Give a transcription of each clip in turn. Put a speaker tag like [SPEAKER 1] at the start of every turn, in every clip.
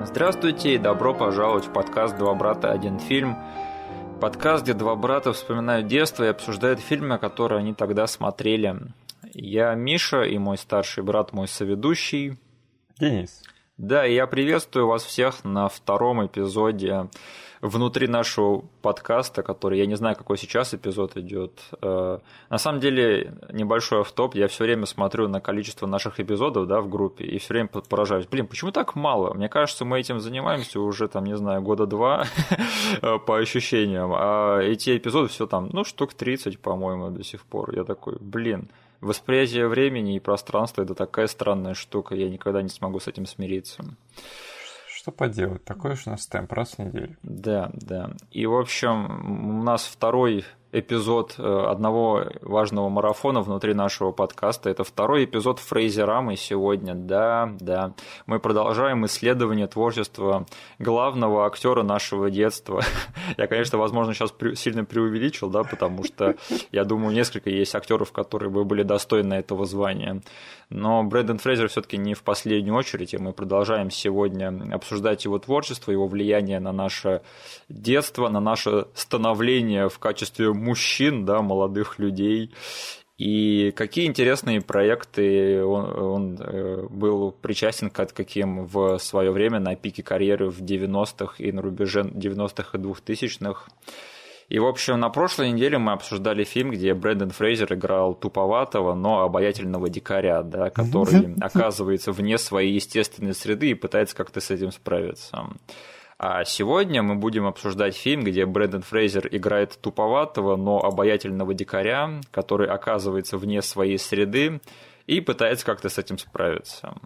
[SPEAKER 1] Здравствуйте и добро пожаловать в подкаст «Два брата, один фильм». Подкаст, где два брата вспоминают детство и обсуждают фильмы, которые они тогда смотрели. Я Миша и мой старший брат, мой соведущий.
[SPEAKER 2] Денис.
[SPEAKER 1] Да, и я приветствую вас всех на втором эпизоде внутри нашего подкаста, который, я не знаю, какой сейчас эпизод идет. На самом деле, небольшой автоп, я все время смотрю на количество наших эпизодов, да, в группе, и все время поражаюсь. Блин, почему так мало? Мне кажется, мы этим занимаемся уже, там, не знаю, года два по ощущениям, а эти эпизоды все там, штук 30, по-моему, до сих пор. Я такой, блин, восприятие времени и пространства – это такая странная штука, я никогда не смогу с этим смириться.
[SPEAKER 2] Что поделать, такой уж у нас темп, раз в неделю.
[SPEAKER 1] Да. И, в общем, у нас второй эпизод одного важного марафона внутри нашего подкаста. Это второй эпизод Фрейзерамы сегодня. Да. Мы продолжаем исследование творчества главного актера нашего детства. Я, конечно, возможно, сейчас сильно преувеличил, да, потому что, я думаю, несколько есть актеров, которые бы были достойны этого звания. Но Брендан Фрейзер все-таки не в последнюю очередь, и мы продолжаем сегодня обсуждать его творчество, его влияние на наше детство, на наше становление в качестве мужчин, да, молодых людей. И какие интересные проекты он был причастен к каким в свое время на пике карьеры в 90-х и на рубеже 90-х и 2000-х. И, в общем, на прошлой неделе мы обсуждали фильм, где Брендан Фрейзер играл туповатого, но обаятельного дикаря, да, который оказывается вне своей естественной среды и пытается как-то с этим справиться. А сегодня мы будем обсуждать фильм, где Брендан Фрейзер играет туповатого, но обаятельного дикаря, который оказывается вне своей среды и пытается как-то с этим справиться.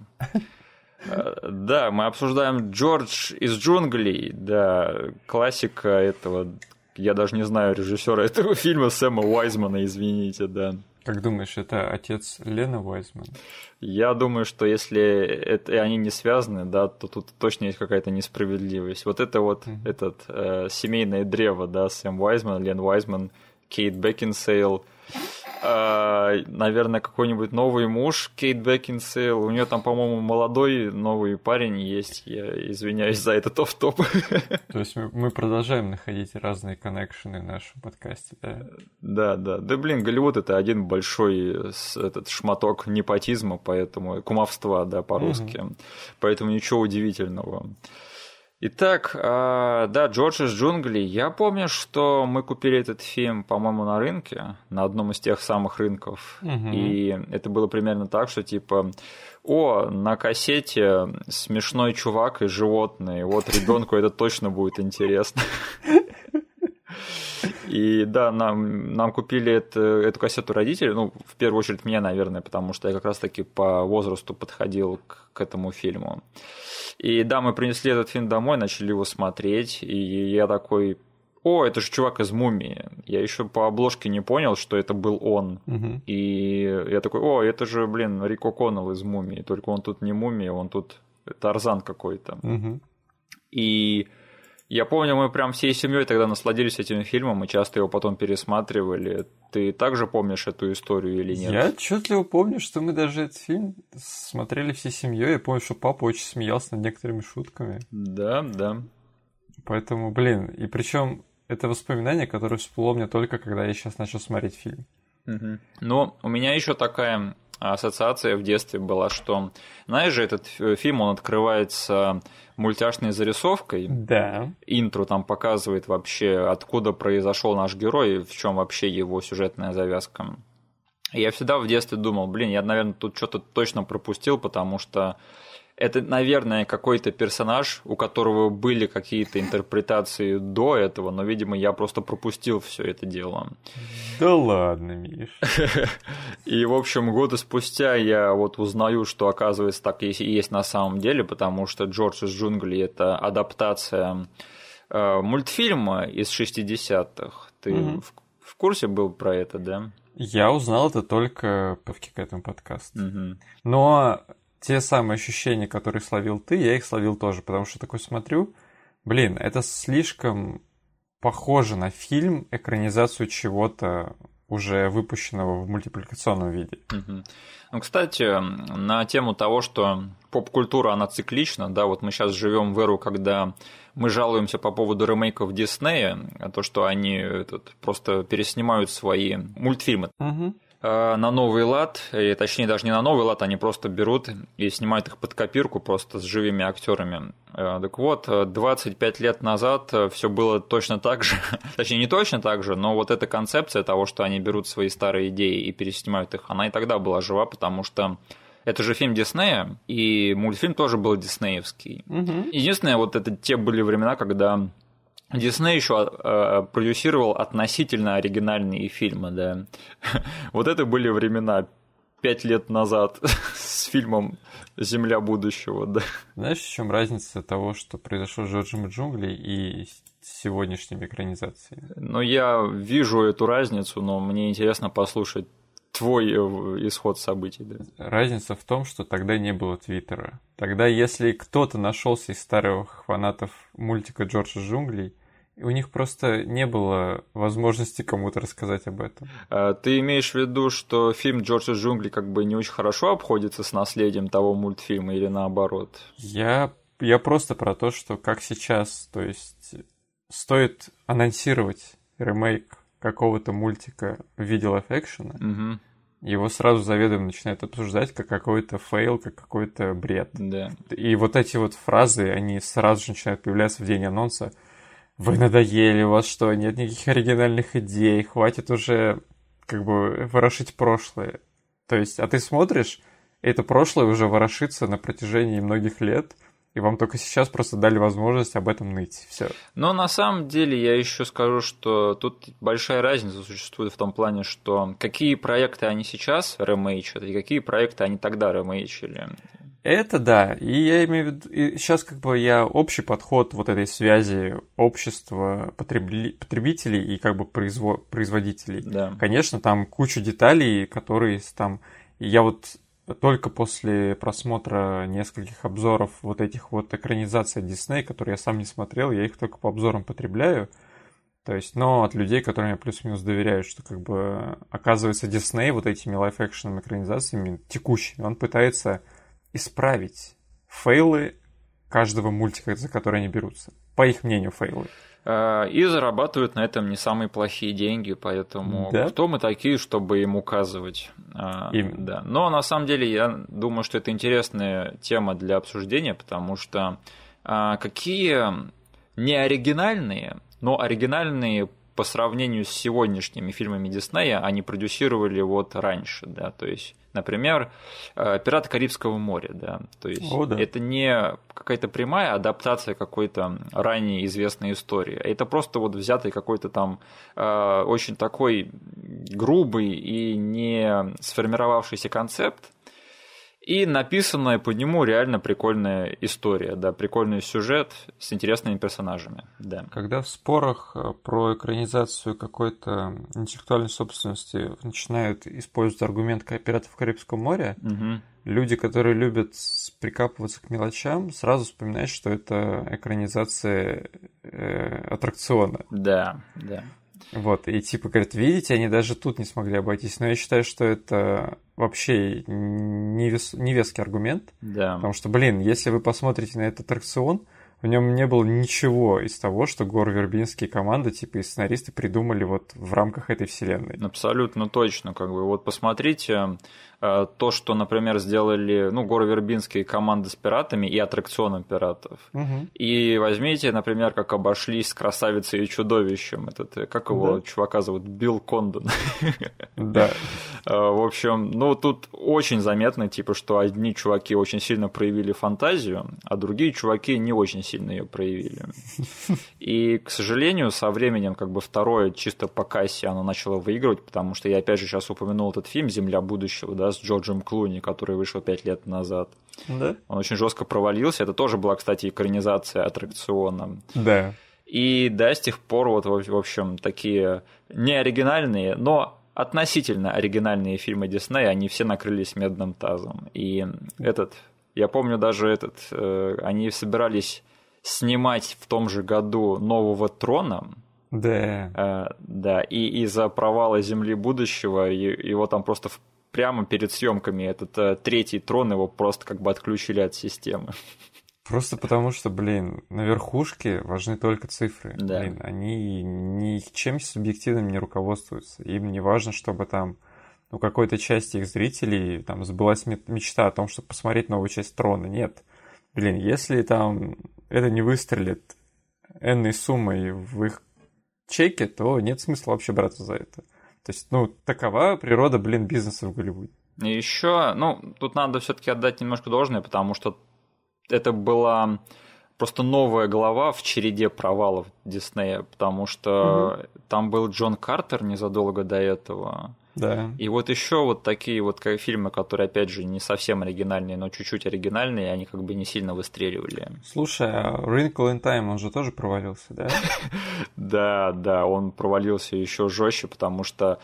[SPEAKER 1] Да, мы обсуждаем «Джордж из джунглей», да, классика этого... Я даже не знаю режиссера этого фильма, Сэма Уайзмана, извините, да.
[SPEAKER 2] Как думаешь, это отец Лены Уайзман?
[SPEAKER 1] Я думаю, что если они не связаны, да, то тут точно есть какая-то несправедливость. Вот это вот семейное древо, да, Сэм Уайзман, Лен Уайзман, Кейт Бекинсейл, наверное, какой-нибудь новый муж Кейт Бекинсейл. У нее там, по-моему, молодой новый парень есть. Я извиняюсь за этот офф-топ.
[SPEAKER 2] То есть мы продолжаем находить разные коннекшены в нашем подкасте, да? Да.
[SPEAKER 1] Да, блин, Голливуд — это один большой этот шматок непотизма, поэтому кумовства, да, по-русски. Поэтому ничего удивительного. Итак, да, «Джордж из джунглей». Я помню, что мы купили этот фильм, по-моему, на рынке, на одном из тех самых рынков. И это было примерно так, что типа, на кассете смешной чувак и животные, вот ребенку это точно будет интересно. И да, нам купили эту кассету родители, в первую очередь мне, наверное, потому что я как раз-таки по возрасту подходил к этому фильму. И да, мы принесли этот фильм домой, начали его смотреть, и я такой, это же чувак из «Мумии». Я еще по обложке не понял, что это был он. И я такой, это же, Рик О'Коннелл из «Мумии», только он тут не мумия, он тут Тарзан какой-то. И я помню, мы прям всей семьей тогда насладились этим фильмом и часто его потом пересматривали. Ты также помнишь эту историю или нет?
[SPEAKER 2] Я отчетливо помню, что мы даже этот фильм смотрели всей семьей. Я помню, что папа очень смеялся над некоторыми шутками.
[SPEAKER 1] Да.
[SPEAKER 2] Поэтому, и причем это воспоминание, которое всплыло мне только когда я сейчас начал смотреть фильм.
[SPEAKER 1] Но у меня еще такая ассоциация в детстве была, что, знаешь же, этот фильм, он открывается мультяшной зарисовкой.
[SPEAKER 2] Да.
[SPEAKER 1] Интро там показывает вообще, откуда произошел наш герой, в чем вообще его сюжетная завязка. И я всегда в детстве думал, я, наверное, тут что-то точно пропустил, потому что это, наверное, какой-то персонаж, у которого были какие-то интерпретации до этого, но, видимо, я просто пропустил все это дело.
[SPEAKER 2] Да ладно, Миш.
[SPEAKER 1] И, в общем, годы спустя я узнаю, что, оказывается, так и есть на самом деле, потому что «Джордж из джунглей» — это адаптация мультфильма из 60-х. Ты в курсе был про это, да?
[SPEAKER 2] Я узнал это только по этому подкасту. Но те самые ощущения, которые словил ты, я их словил тоже, потому что такой смотрю, это слишком похоже на фильм, экранизацию чего-то уже выпущенного в мультипликационном виде.
[SPEAKER 1] Ну, кстати, на тему того, что поп-культура, она циклична, да, вот мы сейчас живем в эру, когда мы жалуемся по поводу ремейков Диснея, то, что они просто переснимают свои мультфильмы. На новый лад, и, точнее даже не на новый лад, они просто берут и снимают их под копирку просто с живыми актерами. Так вот, 25 лет назад все было точно так же, точнее не точно так же, но вот эта концепция того, что они берут свои старые идеи и переснимают их, она и тогда была жива, потому что это же фильм Диснея, и мультфильм тоже был диснеевский. Единственное, вот это те были времена, когда Дисней еще продюсировал относительно оригинальные фильмы, да. Вот это были времена 5 лет назад с фильмом «Земля будущего», да.
[SPEAKER 2] Знаешь, в чем разница того, что произошло с «Джорджем и джунглей» и сегодняшними экранизациями?
[SPEAKER 1] Ну, я вижу эту разницу, но мне интересно послушать твой исход событий, да.
[SPEAKER 2] Разница в том, что тогда не было Твиттера. Тогда, если кто-то нашелся из старых фанатов мультика «Джордж из джунглей», у них просто не было возможности кому-то рассказать об этом.
[SPEAKER 1] Ты имеешь в виду, что фильм «Джордж из джунглей» как бы не очень хорошо обходится с наследием того мультфильма или наоборот?
[SPEAKER 2] Я просто про то, что как сейчас, то есть стоит анонсировать ремейк какого-то мультика в виде лайв-экшена, его сразу заведомо начинают обсуждать как какой-то фейл, как какой-то бред.
[SPEAKER 1] Да.
[SPEAKER 2] И вот эти вот фразы, они сразу же начинают появляться в день анонса. Вы надоели, у вас что, нет никаких оригинальных идей, хватит уже как бы ворошить прошлое. То есть, а ты смотришь, это прошлое уже ворошится на протяжении многих лет, и вам только сейчас просто дали возможность об этом ныть. Все.
[SPEAKER 1] Но на самом деле я еще скажу, что тут большая разница существует в том плане, что какие проекты они сейчас ремейчат, и какие проекты они тогда ремейчили.
[SPEAKER 2] Это да, и я имею в виду, и сейчас как бы я общий подход вот этой связи общества, потребителей и как бы производителей.
[SPEAKER 1] Да.
[SPEAKER 2] Конечно, там куча деталей, которые там... Я вот только после просмотра нескольких обзоров вот этих вот экранизаций Disney, которые я сам не смотрел, я их только по обзорам потребляю. То есть, но от людей, которым я плюс-минус доверяю, что как бы оказывается Disney вот этими лайв-экшн экранизациями текущими, он пытается исправить фейлы каждого мультика, за который они берутся. По их мнению, фейлы.
[SPEAKER 1] И зарабатывают на этом не самые плохие деньги, поэтому
[SPEAKER 2] да?
[SPEAKER 1] Кто мы такие, чтобы им указывать? Да. Но на самом деле я думаю, что это интересная тема для обсуждения, потому что какие не оригинальные, но оригинальные по сравнению с сегодняшними фильмами Диснея они продюсировали вот раньше, да, то есть, например, «Пираты Карибского моря», да, то есть это не какая-то прямая адаптация какой-то ранее известной истории, это просто вот взятый какой-то там очень такой грубый и не сформировавшийся концепт, и написанная по нему реально прикольная история, да, прикольный сюжет с интересными персонажами. Да.
[SPEAKER 2] Когда в спорах про экранизацию какой-то интеллектуальной собственности начинают использовать аргумент «Пиратов Карибского моря», люди, которые любят прикапываться к мелочам, сразу вспоминают, что это экранизация аттракциона.
[SPEAKER 1] Да, да.
[SPEAKER 2] Вот, и типа говорят, видите, они даже тут не смогли обойтись. Но я считаю, что это вообще невеский аргумент.
[SPEAKER 1] Да.
[SPEAKER 2] Потому что, блин, если вы посмотрите на этот аттракцион, в нем не было ничего из того, что Гор Вербинский и команда, типа и сценаристы придумали вот в рамках этой вселенной.
[SPEAKER 1] Абсолютно точно, как бы. Вот посмотрите то, что, например, сделали, Гор Вербинский и команда с пиратами и аттракционом пиратов. И возьмите, например, как обошлись с «Красавицей и чудовищем». Как его чувака зовут? Билл Кондон.
[SPEAKER 2] Да.
[SPEAKER 1] В общем, тут очень заметно, типа, что одни чуваки очень сильно проявили фантазию, а другие чуваки не очень сильно ее проявили. И, к сожалению, со временем, как бы, второе, чисто по кассе, оно начало выигрывать, потому что я, опять же, сейчас упомянул этот фильм «Земля будущего», да, с Джорджем Клуни, который вышел 5 лет назад.
[SPEAKER 2] Да?
[SPEAKER 1] Он очень жестко провалился. Это тоже была, кстати, экранизация аттракциона.
[SPEAKER 2] Да.
[SPEAKER 1] И да, с тех пор, вот, в общем, такие неоригинальные, но относительно оригинальные фильмы Диснея, они все накрылись медным тазом. И я помню даже они собирались снимать в том же году «Нового трона»,
[SPEAKER 2] Да.
[SPEAKER 1] Да, и из-за провала Земли будущего его там просто прямо перед съемками этот третий трон его просто как бы отключили от системы.
[SPEAKER 2] Просто потому что, блин, на верхушке важны только цифры.
[SPEAKER 1] Да.
[SPEAKER 2] Блин, они ничем субъективным не руководствуются. Им не важно, чтобы там у какой-то части их зрителей там сбылась мечта о том, чтобы посмотреть новую часть Трона. Нет. Блин, если там это не выстрелит энной суммой в их чеке, то нет смысла вообще браться за это. То есть, такова природа, блин, бизнеса в Голливуде.
[SPEAKER 1] И еще, тут надо все-таки отдать немножко должное, потому что это была просто новая глава в череде провалов Диснея, потому что там был Джон Картер незадолго до этого.
[SPEAKER 2] Да.
[SPEAKER 1] И вот еще вот такие вот фильмы, которые, опять же, не совсем оригинальные, но чуть-чуть оригинальные, они как бы не сильно выстреливали.
[SPEAKER 2] Слушай, а Wrinkle in Time, он же тоже провалился, да?
[SPEAKER 1] Да, он провалился еще жестче, потому что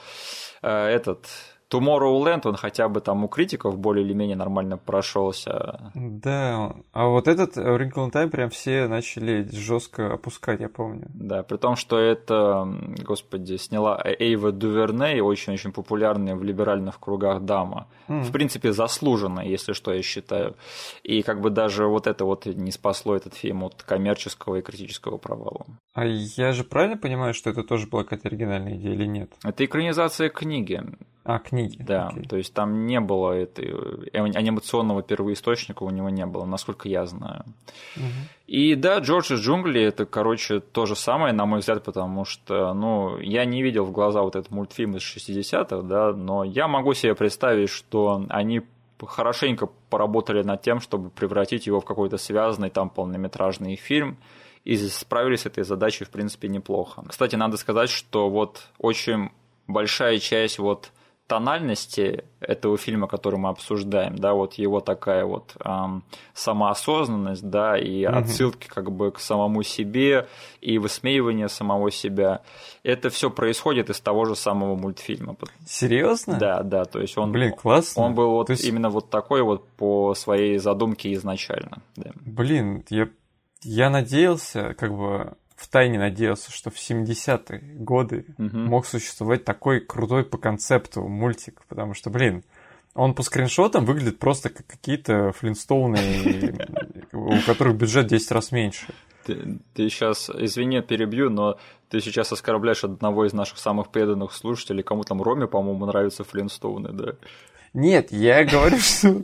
[SPEAKER 1] Tomorrowland, он хотя бы там у критиков более или менее нормально прошелся.
[SPEAKER 2] Да, а вот этот Wrinkle in Time прям все начали жестко опускать, я помню.
[SPEAKER 1] Да, при том, что это, господи, сняла Эйва Дюверней, очень-очень популярная в либеральных кругах дама. В принципе, заслуженная, если что, я считаю. И как бы даже вот это вот не спасло этот фильм от коммерческого и критического провала.
[SPEAKER 2] А я же правильно понимаю, что это тоже была какая-то оригинальная идея или нет?
[SPEAKER 1] Это экранизация книги.
[SPEAKER 2] А, книги.
[SPEAKER 1] Да, окей. То есть там не было анимационного первоисточника, у него не было, насколько я знаю. И да, Джордж из джунглей, это, короче, то же самое, на мой взгляд, потому что, я не видел в глаза вот этот мультфильм из 60-х, да, но я могу себе представить, что они хорошенько поработали над тем, чтобы превратить его в какой-то связанный там полнометражный фильм, и справились с этой задачей, в принципе, неплохо. Кстати, надо сказать, что вот очень большая часть вот тональности этого фильма, который мы обсуждаем, да, вот его такая вот самоосознанность, да, и отсылки как бы к самому себе, и высмеивание самого себя, это все происходит из того же самого мультфильма.
[SPEAKER 2] Серьезно?
[SPEAKER 1] Да, то есть он,
[SPEAKER 2] блин, классно.
[SPEAKER 1] Он был вот
[SPEAKER 2] есть...
[SPEAKER 1] именно вот такой вот по своей задумке изначально. Да.
[SPEAKER 2] Блин, я надеялся, как бы втайне надеялся, что в 70-е годы мог существовать такой крутой по концепту мультик, потому что, блин, он по скриншотам выглядит просто как какие-то флинстоуны, у которых бюджет 10 раз меньше.
[SPEAKER 1] Ты сейчас, извини, перебью, но ты сейчас оскорбляешь одного из наших самых преданных слушателей, кому там Роме, по-моему, нравятся флинстоуны, да?
[SPEAKER 2] Нет, я говорю,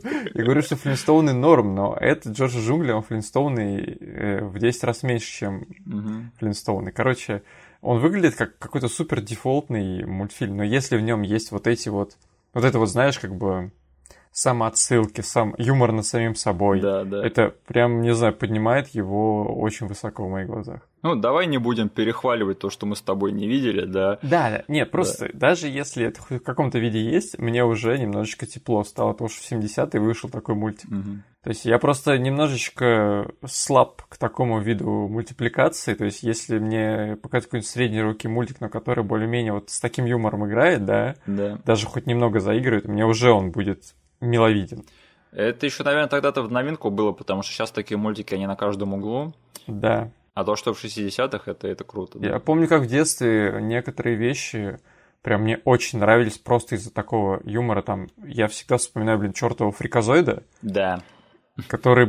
[SPEAKER 2] что Флинстоуны норм, но это Джордж Джунгли, он Флинстоуны в 10 раз меньше, чем Флинстоуны. Короче, он выглядит как какой-то супер дефолтный мультфильм, но если в нем есть вот эти вот это вот, знаешь, как бы самоотсылки, юмор над самим собой,
[SPEAKER 1] да.
[SPEAKER 2] Это прям, не знаю, поднимает его очень высоко в моих глазах.
[SPEAKER 1] Давай не будем перехваливать то, что мы с тобой не видели, да?
[SPEAKER 2] Да, нет, просто даже если это в каком-то виде есть, мне уже немножечко тепло стало, потому что в 70-е вышел такой мультик. То есть я просто немножечко слаб к такому виду мультипликации, то есть если мне показать какой-нибудь средней руки мультик, но который более-менее вот с таким юмором играет, да, даже хоть немного заигрывает, мне уже он будет миловиден.
[SPEAKER 1] Это еще, наверное, тогда-то в новинку было, потому что сейчас такие мультики, они на каждом углу.
[SPEAKER 2] Да.
[SPEAKER 1] А то, что в 60-х, это круто. Да?
[SPEAKER 2] Я помню, как в детстве некоторые вещи прям мне очень нравились просто из-за такого юмора. Там я всегда вспоминаю, чёртового фриказоида.
[SPEAKER 1] Да.
[SPEAKER 2] Который,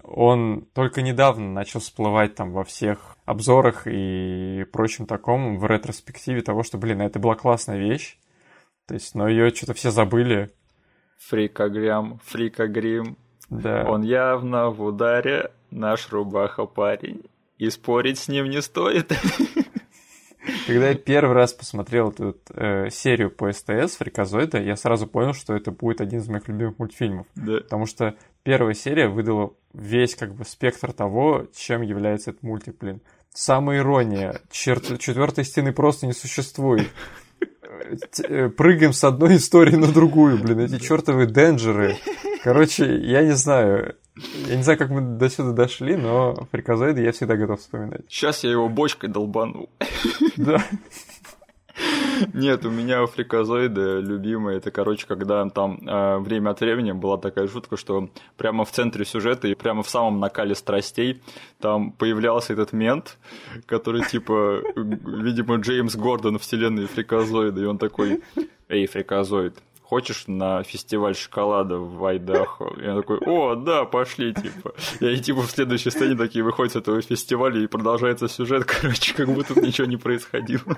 [SPEAKER 2] он только недавно начал всплывать там во всех обзорах и прочем таком в ретроспективе того, что, это была классная вещь. То есть, но ее что-то все забыли.
[SPEAKER 1] Фрикагрим.
[SPEAKER 2] Да.
[SPEAKER 1] Он явно в ударе, наш рубаха парень. И спорить с ним не стоит.
[SPEAKER 2] Когда я первый раз посмотрел эту серию по СТС «Фриказоида», я сразу понял, что это будет один из моих любимых мультфильмов.
[SPEAKER 1] Да.
[SPEAKER 2] Потому что первая серия выдала весь спектр того, чем является этот мультик, Самая ирония. Четвертой стены просто не существует. Прыгаем с одной истории на другую, эти чертовы денджеры. Короче, я не знаю, как мы до сюда дошли, но Фриказоида я всегда готов вспоминать.
[SPEAKER 1] Сейчас я его бочкой долбану.
[SPEAKER 2] Да.
[SPEAKER 1] Нет, у меня фриказоиды любимые. Это, короче, когда там время от времени была такая шутка, что прямо в центре сюжета и прямо в самом накале страстей там появлялся этот мент, который, типа, видимо, Джеймс Гордон вселенной фриказоида, и он такой: «Эй, фриказоид, хочешь на фестиваль шоколада в Айдахо?» Я такой: «О, да, пошли», типа. И типа в следующей сцене такие выходят с этого фестиваля, и продолжается сюжет, короче, как будто ничего не происходило.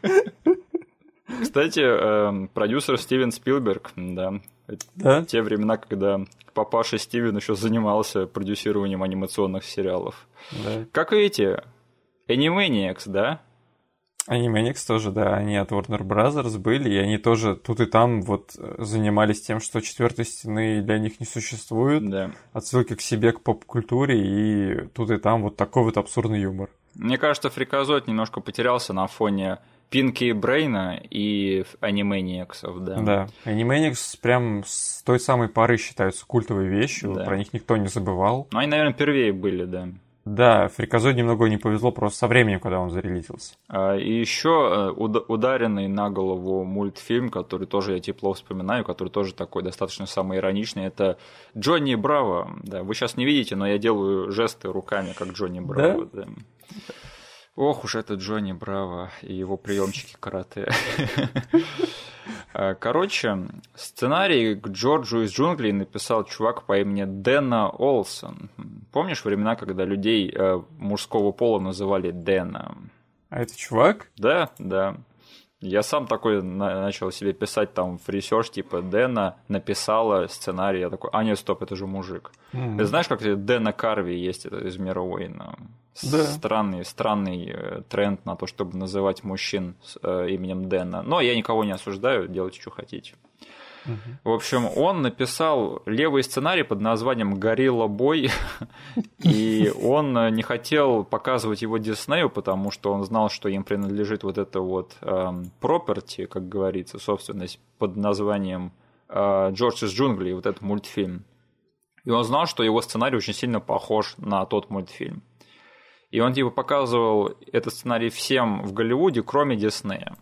[SPEAKER 1] Кстати, продюсер Стивен Спилберг, да.
[SPEAKER 2] Да?
[SPEAKER 1] Те времена, когда папаша Стивен еще занимался продюсированием анимационных сериалов.
[SPEAKER 2] Да.
[SPEAKER 1] Как видите, Animaniacs, да?
[SPEAKER 2] Animaniacs тоже, да, они от Warner Brothers были, и они тоже тут и там вот занимались тем, что четвертой стены для них не существует,
[SPEAKER 1] Да.
[SPEAKER 2] отсылки к себе, к поп-культуре, и тут и там вот такой вот абсурдный юмор.
[SPEAKER 1] Мне кажется, фриказоид немножко потерялся на фоне Пинки и Брейна и Animaniacs'ов, да.
[SPEAKER 2] Да, Animaniacs прям с той самой поры считаются культовой вещью,
[SPEAKER 1] Да.
[SPEAKER 2] про них никто не забывал.
[SPEAKER 1] Ну, они, наверное, первее были, да.
[SPEAKER 2] Да, Фриказоид немного не повезло просто со временем, когда он зарелизился.
[SPEAKER 1] И еще ударенный на голову мультфильм, который тоже я тепло вспоминаю, который тоже такой достаточно самоироничный, это Джонни Браво. Да, вы сейчас не видите, но я делаю жесты руками, как Джонни Браво. Да? Да. Ох уж это Джонни Браво и его приемчики карате. Короче, сценарий к Джорджу из джунглей написал чувак по имени Дэна Олсон. Помнишь времена, когда людей мужского пола называли Дэна?
[SPEAKER 2] А это чувак?
[SPEAKER 1] Да, да. Я сам такой начал себе писать там в ресерч, типа Дэна написала сценарий. Я такой: а нет, стоп, это же мужик. Ты знаешь, как Дэна Карви есть, это из «Мира Уэйна»?
[SPEAKER 2] Да.
[SPEAKER 1] Странный тренд на то, чтобы называть мужчин с именем Дэна. Но я никого не осуждаю, делайте, что хотите. В общем, он написал левый сценарий под названием «Горилла Бой», и он не хотел показывать его Диснею, потому что он знал, что им принадлежит вот это вот property, как говорится, собственность под названием «Джордж из джунглей», вот этот мультфильм. И он знал, что его сценарий очень сильно похож на тот мультфильм. И он типа показывал этот сценарий всем в Голливуде, кроме Диснея.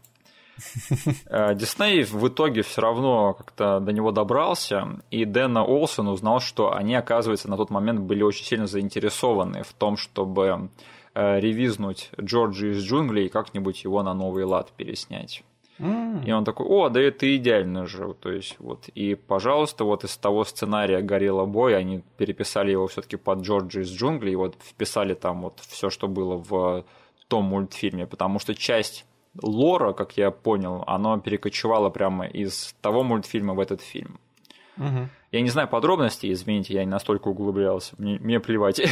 [SPEAKER 1] Дисней в итоге все равно как-то до него добрался, и Дэна Олсон узнал, что они, оказывается, на тот момент были очень сильно заинтересованы в том, чтобы ревизнуть Джорджа из джунглей и как-нибудь его на новый лад переснять. И он такой: о, да это идеально же. То есть, вот, и, пожалуйста, вот из того сценария «Горилла Бой» они переписали его все-таки под Джорджа из джунглей, и вот вписали там вот все, что было в том мультфильме, потому что часть лора, как я понял, оно перекочевало прямо из того мультфильма в этот фильм. Я не знаю подробностей, извините, я не настолько углублялся, мне плевать,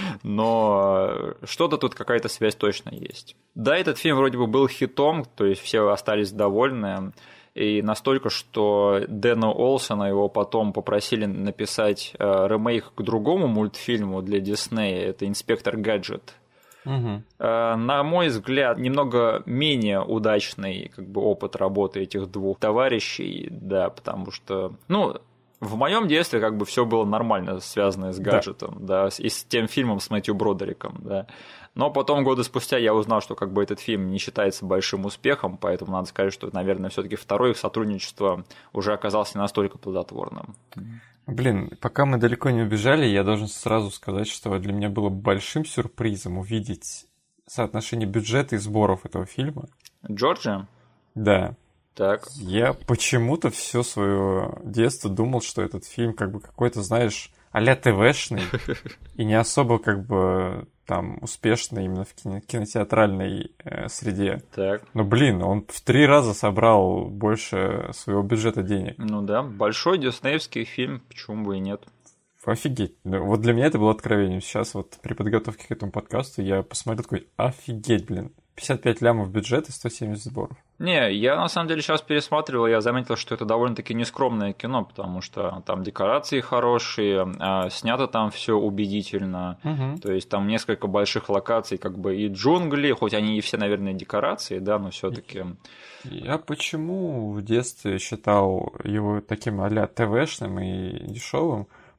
[SPEAKER 1] но что-то тут, какая-то связь точно есть. Да, этот фильм вроде бы был хитом, то есть все остались довольны, и настолько, что Дэна Олсона его потом попросили написать ремейк к другому мультфильму для Диснея, это «Инспектор Гаджет». На мой взгляд, немного менее удачный как бы опыт работы этих двух товарищей, да, потому что, ну, в моем детстве как бы все было нормально, связанное с гаджетом, да, и с тем фильмом с Мэтью Бродериком, да. Но потом, годы спустя, я узнал, что как бы этот фильм не считается большим успехом, поэтому надо сказать, что, наверное, все-таки второе их сотрудничество уже оказалось не настолько плодотворным.
[SPEAKER 2] Блин, пока мы далеко не убежали, я должен сразу сказать, что для меня было большим сюрпризом увидеть соотношение бюджета и сборов этого фильма.
[SPEAKER 1] Джорджия?
[SPEAKER 2] Да.
[SPEAKER 1] Так.
[SPEAKER 2] Я почему-то все свое детство думал, что этот фильм как бы какой-то, знаешь, а-ля ТВшный и не особо как бы там успешный именно в кинотеатральной среде.
[SPEAKER 1] Так.
[SPEAKER 2] Но, блин, он в 3 раза собрал больше своего бюджета денег.
[SPEAKER 1] Ну да, большой диснеевский фильм, почему бы и нет.
[SPEAKER 2] Офигеть. Вот для меня это было откровением. Сейчас вот при подготовке к этому подкасту я посмотрел такой: офигеть, блин. 55 лямов бюджета и 170 сборов.
[SPEAKER 1] Не, я на самом деле сейчас пересматривал, я заметил, что это довольно-таки нескромное кино, потому что там декорации хорошие, снято там все убедительно, то есть там несколько больших локаций, как бы и джунгли, хоть они и все, наверное, декорации, да, но все-таки.
[SPEAKER 2] Я почему в детстве считал его таким а-ля ТВшным и дешевым?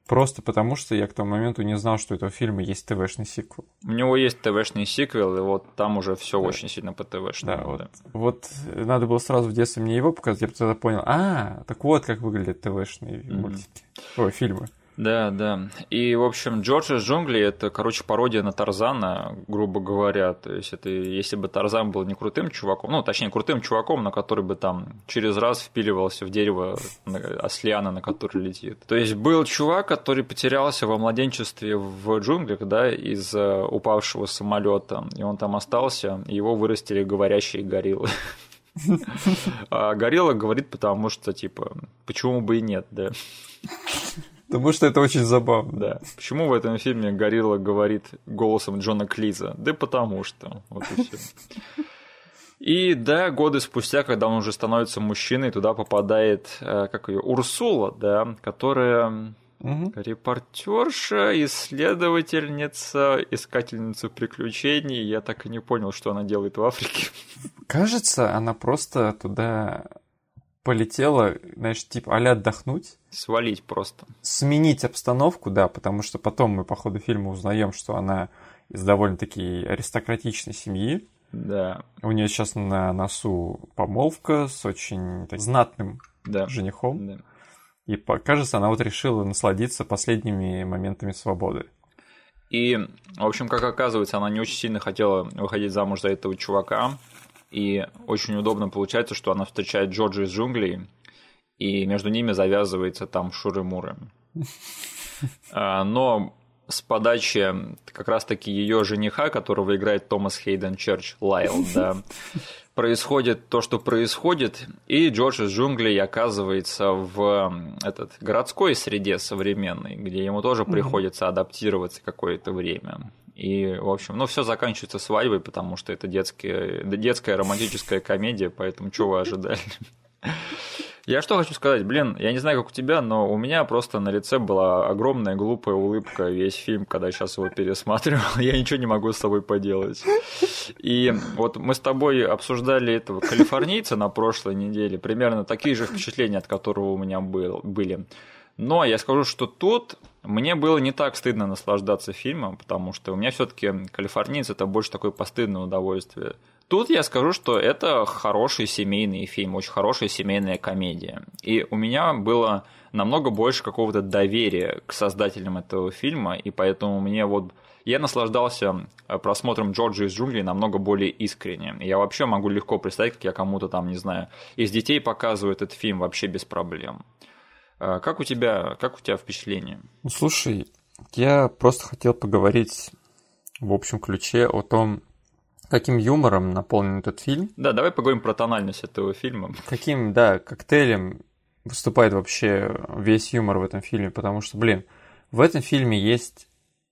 [SPEAKER 2] просто потому, что я к тому моменту не знал, что у этого фильма есть ТВ-шный сиквел.
[SPEAKER 1] У него есть ТВ-шный сиквел, и вот там уже все очень сильно по ТВ-шному.
[SPEAKER 2] Да, вот надо было сразу в детстве мне его показать, я бы тогда понял, так вот как выглядят ТВ-шные мультики. Ой, фильмы.
[SPEAKER 1] Да. И, в общем, «Джордж из джунглей» — это, короче, пародия на Тарзана, грубо говоря. То есть это если бы Тарзан был не крутым чуваком, точнее, крутым чуваком, но который бы там через раз впиливался в дерево с лианы, на которой летит. То есть был чувак, который потерялся во младенчестве в джунглях, да, из-за упавшего самолета, и он там остался, и его вырастили говорящие гориллы. А горилла говорит, потому что, типа, почему бы и нет, да.
[SPEAKER 2] Потому что это очень забавно.
[SPEAKER 1] Да. Почему в этом фильме горилла говорит голосом Джона Клиза? Да потому что. Вот и все. И да, годы спустя, когда он уже становится мужчиной, туда попадает, Урсула, да, которая репортерша, исследовательница, искательница приключений. Я так и не понял, что она делает в Африке.
[SPEAKER 2] Кажется, она просто туда полетела, знаешь, типа а-ля отдохнуть.
[SPEAKER 1] Свалить просто.
[SPEAKER 2] Сменить обстановку, да, потому что потом мы по ходу фильма узнаем, что она из довольно-таки аристократичной семьи.
[SPEAKER 1] Да.
[SPEAKER 2] У нее сейчас на носу помолвка с очень знатным женихом.
[SPEAKER 1] Да.
[SPEAKER 2] И, кажется, она вот решила насладиться последними моментами свободы.
[SPEAKER 1] И, в общем, как оказывается, она не очень сильно хотела выходить замуж за этого чувака. И очень удобно получается, что она встречает Джорджа из джунглей, и между ними завязывается там шуры-муры. Но с подачи как раз-таки ее жениха, которого играет Томас Хейден Черч, Лайл, да, происходит то, что происходит, и Джордж из джунглей оказывается в городской среде современной, где ему тоже приходится адаптироваться какое-то время. И, в общем, все заканчивается свадьбой, потому что это детская романтическая комедия, поэтому чего вы ожидали? Я что хочу сказать, я не знаю, как у тебя, но у меня просто на лице была огромная глупая улыбка весь фильм, когда я сейчас его пересматривал, я ничего не могу с собой поделать. И вот мы с тобой обсуждали этого калифорнийца на прошлой неделе, примерно такие же впечатления, от которого у меня были. Но я скажу, что тут мне было не так стыдно наслаждаться фильмом, потому что у меня все-таки «Калифорниец» — это больше такое постыдное удовольствие. Тут я скажу, что это хороший семейный фильм, очень хорошая семейная комедия. И у меня было намного больше какого-то доверия к создателям этого фильма, и поэтому я наслаждался просмотром «Джорджа из джунглей» намного более искренне. Я вообще могу легко представить, как я кому-то там, не знаю, из детей показываю этот фильм вообще без проблем. Как у тебя впечатление?
[SPEAKER 2] Слушай, я просто хотел поговорить в общем ключе о том, каким юмором наполнен этот фильм.
[SPEAKER 1] Да, давай поговорим про тональность этого фильма.
[SPEAKER 2] Каким, да, коктейлем выступает вообще весь юмор в этом фильме, потому что, в этом фильме есть...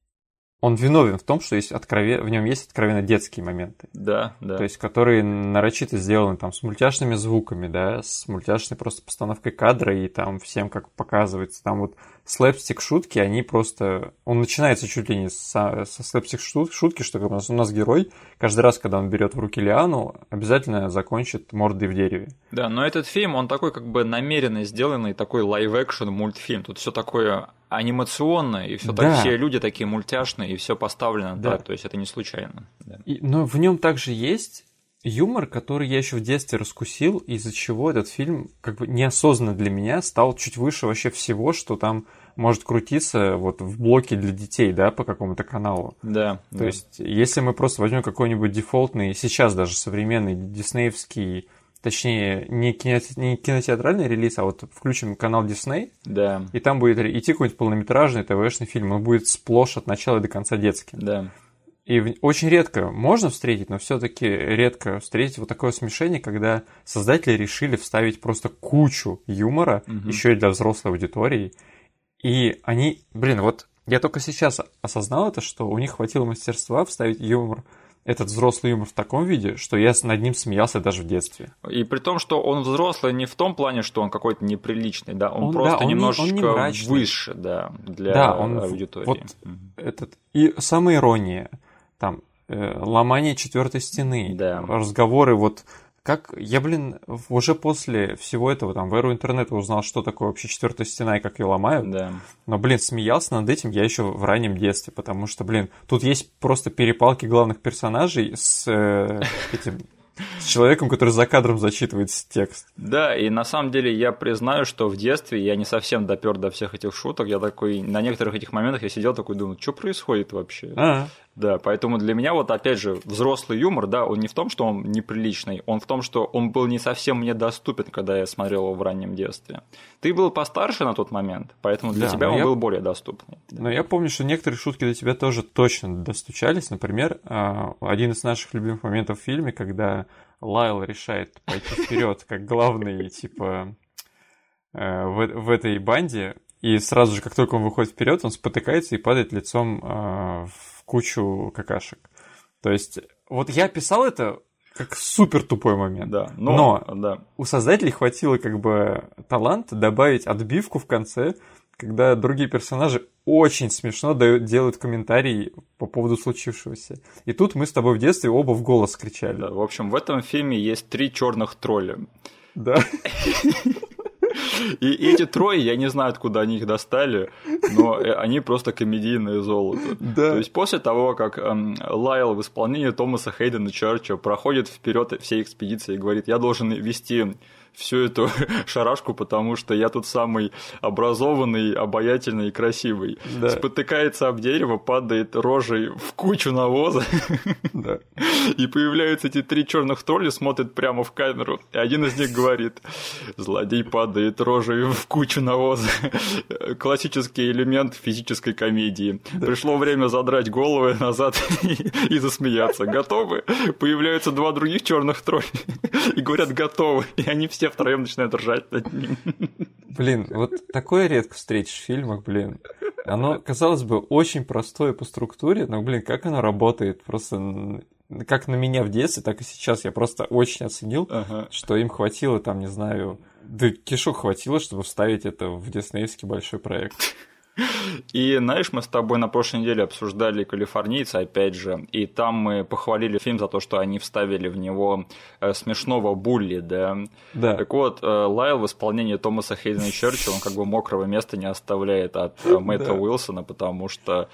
[SPEAKER 2] Он виновен в том, что в нем есть откровенно детские моменты.
[SPEAKER 1] Да.
[SPEAKER 2] То есть, которые нарочито сделаны там с мультяшными звуками, да, с мультяшной просто постановкой кадра и там всем как показывается. Там вот слэпстик-шутки, они просто... Он начинается чуть ли не со слэпстик-шутки, что у нас герой каждый раз, когда он берет в руки лиану, обязательно закончит мордой в дереве.
[SPEAKER 1] Да, но этот фильм, он такой как бы намеренно сделанный, такой лайв-экшн мультфильм. Тут все такое анимационное, и все люди такие мультяшные, и все поставлено так, то есть это не случайно. Да.
[SPEAKER 2] Но в нем также есть юмор, который я еще в детстве раскусил, из-за чего этот фильм как бы неосознанно для меня стал чуть выше вообще всего, что там может крутиться вот в блоке для детей, да, по какому-то каналу.
[SPEAKER 1] Да.
[SPEAKER 2] То есть, если мы просто возьмем какой-нибудь дефолтный, сейчас даже современный диснеевский, точнее, не кинотеатральный релиз, а вот включим канал Disney,
[SPEAKER 1] да.
[SPEAKER 2] И там будет идти какой-нибудь полнометражный ТВ-шный фильм, он будет сплошь от начала до конца детским.
[SPEAKER 1] Да.
[SPEAKER 2] И очень редко можно встретить, но все-таки редко встретить вот такое смешение, когда создатели решили вставить просто кучу юмора, еще и для взрослой аудитории. И они, вот я только сейчас осознал это, что у них хватило мастерства вставить юмор, этот взрослый юмор в таком виде, что я над ним смеялся даже в детстве.
[SPEAKER 1] И при том, что он взрослый не в том плане, что он какой-то неприличный, да, он просто немножечко выше, да, для аудитории.
[SPEAKER 2] Вот и самоирония, там, ломание четвертой стены, разговоры вот как я, уже после всего этого, там, в эру интернета узнал, что такое вообще четвертая стена и как ее ломают.
[SPEAKER 1] Да.
[SPEAKER 2] Но, смеялся над этим я еще в раннем детстве, потому что, тут есть просто перепалки главных персонажей с человеком, который за кадром зачитывает текст.
[SPEAKER 1] Да, и на самом деле я признаю, что в детстве я не совсем допер до всех этих шуток. Я такой, на некоторых этих моментах я сидел такой, думаю, что происходит вообще? Да, поэтому для меня вот опять же взрослый юмор, да, он не в том, что он неприличный, он в том, что он был не совсем мне доступен, когда я смотрел его в раннем детстве. Ты был постарше на тот момент, поэтому для тебя он был более доступный.
[SPEAKER 2] Но я помню, что некоторые шутки до тебя тоже точно достучались. Например, один из наших любимых моментов в фильме, когда Лайл решает пойти вперед как главный, типа, в этой банде, и сразу же, как только он выходит вперед, он спотыкается и падает лицом в кучу какашек. То есть, вот я описал это как супер тупой момент.
[SPEAKER 1] Да,
[SPEAKER 2] но
[SPEAKER 1] да.
[SPEAKER 2] У создателей хватило таланта добавить отбивку в конце, когда другие персонажи очень смешно делают комментарии по поводу случившегося. И тут мы с тобой в детстве оба в голос кричали.
[SPEAKER 1] Да, в общем, в этом фильме есть 3 черных тролля.
[SPEAKER 2] Да.
[SPEAKER 1] И эти трое, я не знаю, откуда они их достали, но они просто комедийное золото.
[SPEAKER 2] Да.
[SPEAKER 1] То есть после того, как Лайл в исполнении Томаса Хейдена Черча проходит вперед всей экспедиции и говорит, я должен вести всю эту шарашку, потому что я тут самый образованный, обаятельный и красивый. Да. Спотыкается об дерево, падает рожей в кучу навоза.
[SPEAKER 2] Да.
[SPEAKER 1] И появляются эти 3 черных тролля, смотрят прямо в камеру. И один из них говорит, злодей падает рожей в кучу навоза. Классический элемент физической комедии. Да. Пришло время задрать головы назад и засмеяться. Готовы? Появляются 2 других черных тролля и говорят готовы. И они все втроем начинают ржать над ним.
[SPEAKER 2] Вот такое редко встретишь в фильмах, Оно, казалось бы, очень простое по структуре, но, как оно работает, просто как на меня в детстве, так и сейчас я просто очень оценил, что им хватило, там, не знаю, да кишок хватило, чтобы вставить это в диснеевский большой проект.
[SPEAKER 1] И, знаешь, мы с тобой на прошлой неделе обсуждали «Калифорнийцы», опять же, и там мы похвалили фильм за то, что они вставили в него смешного Булли, да?
[SPEAKER 2] Да.
[SPEAKER 1] Так вот, Лайл в исполнении Томаса Хейдена Черча, он как бы мокрого места не оставляет от Мэтта Уилсона, потому что,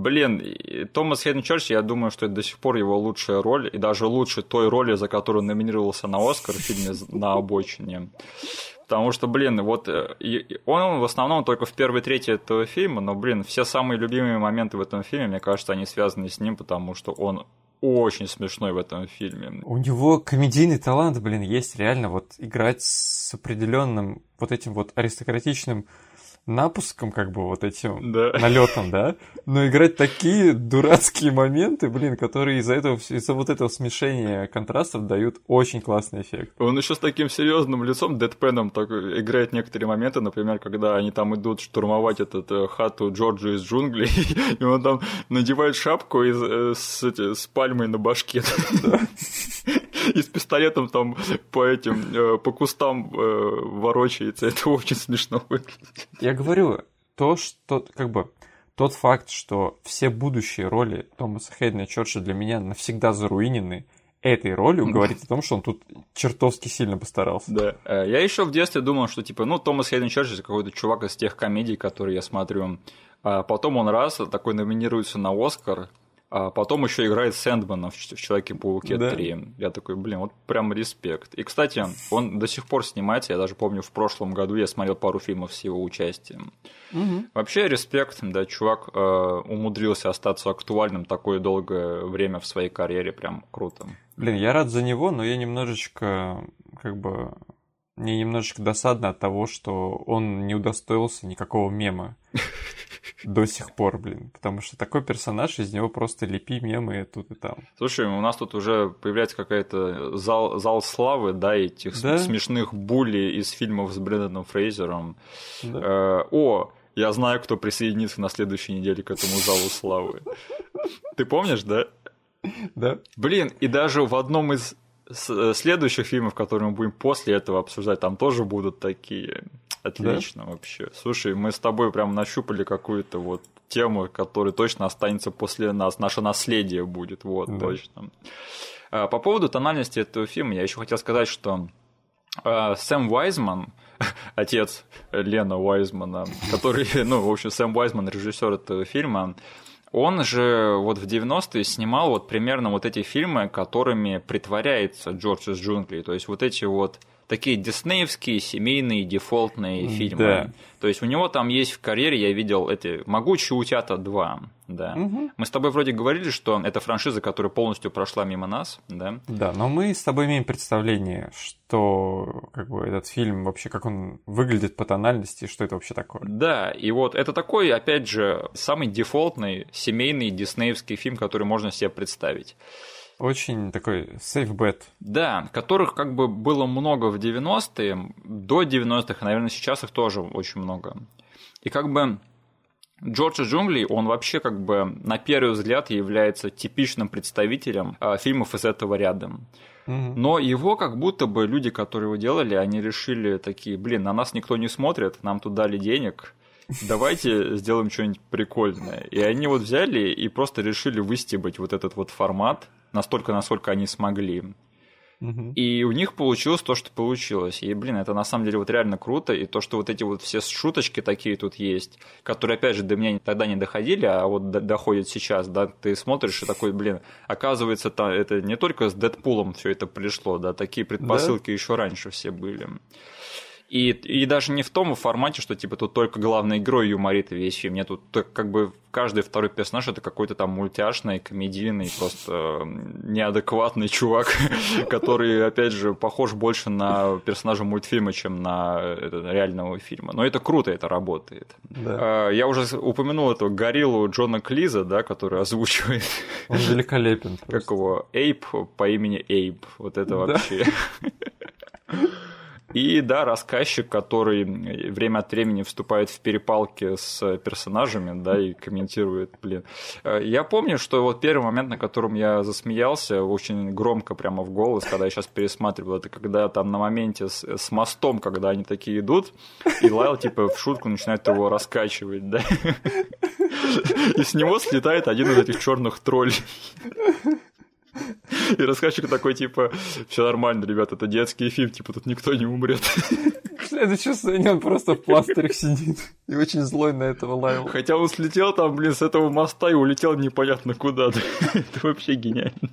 [SPEAKER 1] Томас Хейден Черч, я думаю, что это до сих пор его лучшая роль, и даже лучше той роли, за которую номинировался на «Оскар» в фильме «На обочине». Потому что, вот он в основном только в первой трети этого фильма, но, все самые любимые моменты в этом фильме, мне кажется, они связаны с ним, потому что он очень смешной в этом фильме.
[SPEAKER 2] У него комедийный талант, есть реально играть с определенным этим аристократичным напуском, этим налетом, да, но играть такие дурацкие моменты, которые из-за этого смешения контрастов дают очень классный эффект.
[SPEAKER 1] Он еще с таким серьезным лицом, Дэдпеном, играет некоторые моменты, например, когда они там идут штурмовать хату Джорджа из джунглей, и он там надевает шапку с пальмой на башке. И с пистолетом там по кустам ворочается. Это очень смешно выглядит.
[SPEAKER 2] Я говорю, тот факт, что все будущие роли Томаса Хейдена Черча для меня навсегда заруинены этой ролью, говорит о том, что он тут чертовски сильно постарался.
[SPEAKER 1] Да. Я еще в детстве думал, что Томас Хейден Черч это какой-то чувак из тех комедий, которые я смотрю. А потом он такой номинируется на Оскар, а потом еще играет Сэндмана в «Человеке-пауке 3». Я такой, прям респект. И, кстати, он до сих пор снимается. Я даже помню, в прошлом году я смотрел пару фильмов с его участием. Вообще, респект, да, чувак умудрился остаться актуальным такое долгое время в своей карьере. Прям круто.
[SPEAKER 2] Я рад за него, но я немножечко, мне немножечко досадно от того, что он не удостоился никакого мема. До сих пор, потому что такой персонаж, из него просто лепи мемы тут и там.
[SPEAKER 1] Слушай, у нас тут уже появляется какая-то зал славы, да, этих смешных булли из фильмов с Бренданом Фрейзером. Да. Я знаю, кто присоединится на следующей неделе к этому залу славы. Ты помнишь, да?
[SPEAKER 2] Да.
[SPEAKER 1] И даже в одном из следующих фильмов, которые мы будем после этого обсуждать, там тоже будут такие. Отлично, да? Вообще. Слушай, мы с тобой прям нащупали какую-то вот тему, которая точно останется после нас. Наше наследие будет, вот, да. Точно. По поводу тональности этого фильма я еще хотел сказать, что Сэм Уайзман, отец Лена Уайзмана, который, ну, в общем, Сэм Уайзман, режиссер этого фильма, он же вот в 90-е снимал вот примерно вот эти фильмы, которыми притворяется Джордж из джунглей. То есть вот эти вот такие диснеевские, семейные, дефолтные фильмы. Да. То есть у него там есть в карьере, я видел эти «Могучие утята 2». Да. Угу. Мы с тобой вроде говорили, что это франшиза, которая полностью прошла мимо нас. Да,
[SPEAKER 2] да, но мы с тобой имеем представление, что как бы, этот фильм вообще, как он выглядит по тональности, что это вообще такое.
[SPEAKER 1] Да, и вот это такой, опять же, самый дефолтный семейный диснеевский фильм, который можно себе представить.
[SPEAKER 2] Очень такой safe bet.
[SPEAKER 1] Да, которых как бы было много в 90-е, до 90-х, наверное, сейчас их тоже очень много. И как бы Джордж из джунглей, он вообще как бы на первый взгляд является типичным представителем фильмов из этого ряда. Но его как будто бы люди, которые его делали, они решили такие, блин, на нас никто не смотрит, нам тут дали денег, давайте сделаем что-нибудь прикольное. И они вот взяли и просто решили выстебать вот этот вот формат настолько, насколько они смогли. И у них получилось то, что получилось. И, блин, это на самом деле вот реально круто. И то, что вот эти вот все шуточки такие тут есть, которые, опять же, до меня тогда не доходили, а вот доходят сейчас, да, ты смотришь и такой, блин, оказывается, это не только с Дэдпулом все это пришло, да, такие предпосылки еще раньше все были. И даже не в том формате, что типа тут только главный герой юморит весь фильм. Нет, тут как бы каждый второй персонаж это какой-то там мультяшный, комедийный, просто неадекватный чувак, который, опять же, похож больше на персонажа мультфильма, чем на реального фильма. Но это круто, это работает. Да. Я уже упомянул этого гориллу Джона Клиза, да, который озвучивает.
[SPEAKER 2] Он великолепен.
[SPEAKER 1] Просто. Как его? Эйп по имени Эйп. Вот это вообще. И да, рассказчик, который время от времени вступает в перепалки с персонажами, да, и комментирует, блин. Я помню, что вот первый момент, на котором я засмеялся, очень громко прямо в голос, когда я сейчас пересматривал, это когда там на моменте с мостом, когда они такие идут, и Лайл типа в шутку начинает его раскачивать, да. И с него слетает один из этих черных троллей. И рассказчик такой, типа, все нормально, ребят, это детский фильм, типа, тут никто не умрет.
[SPEAKER 2] В следующей сцене он просто в пластырях сидит и очень злой на этого Лайла.
[SPEAKER 1] Хотя он слетел там, блин, с этого моста и улетел непонятно куда. Это вообще гениально.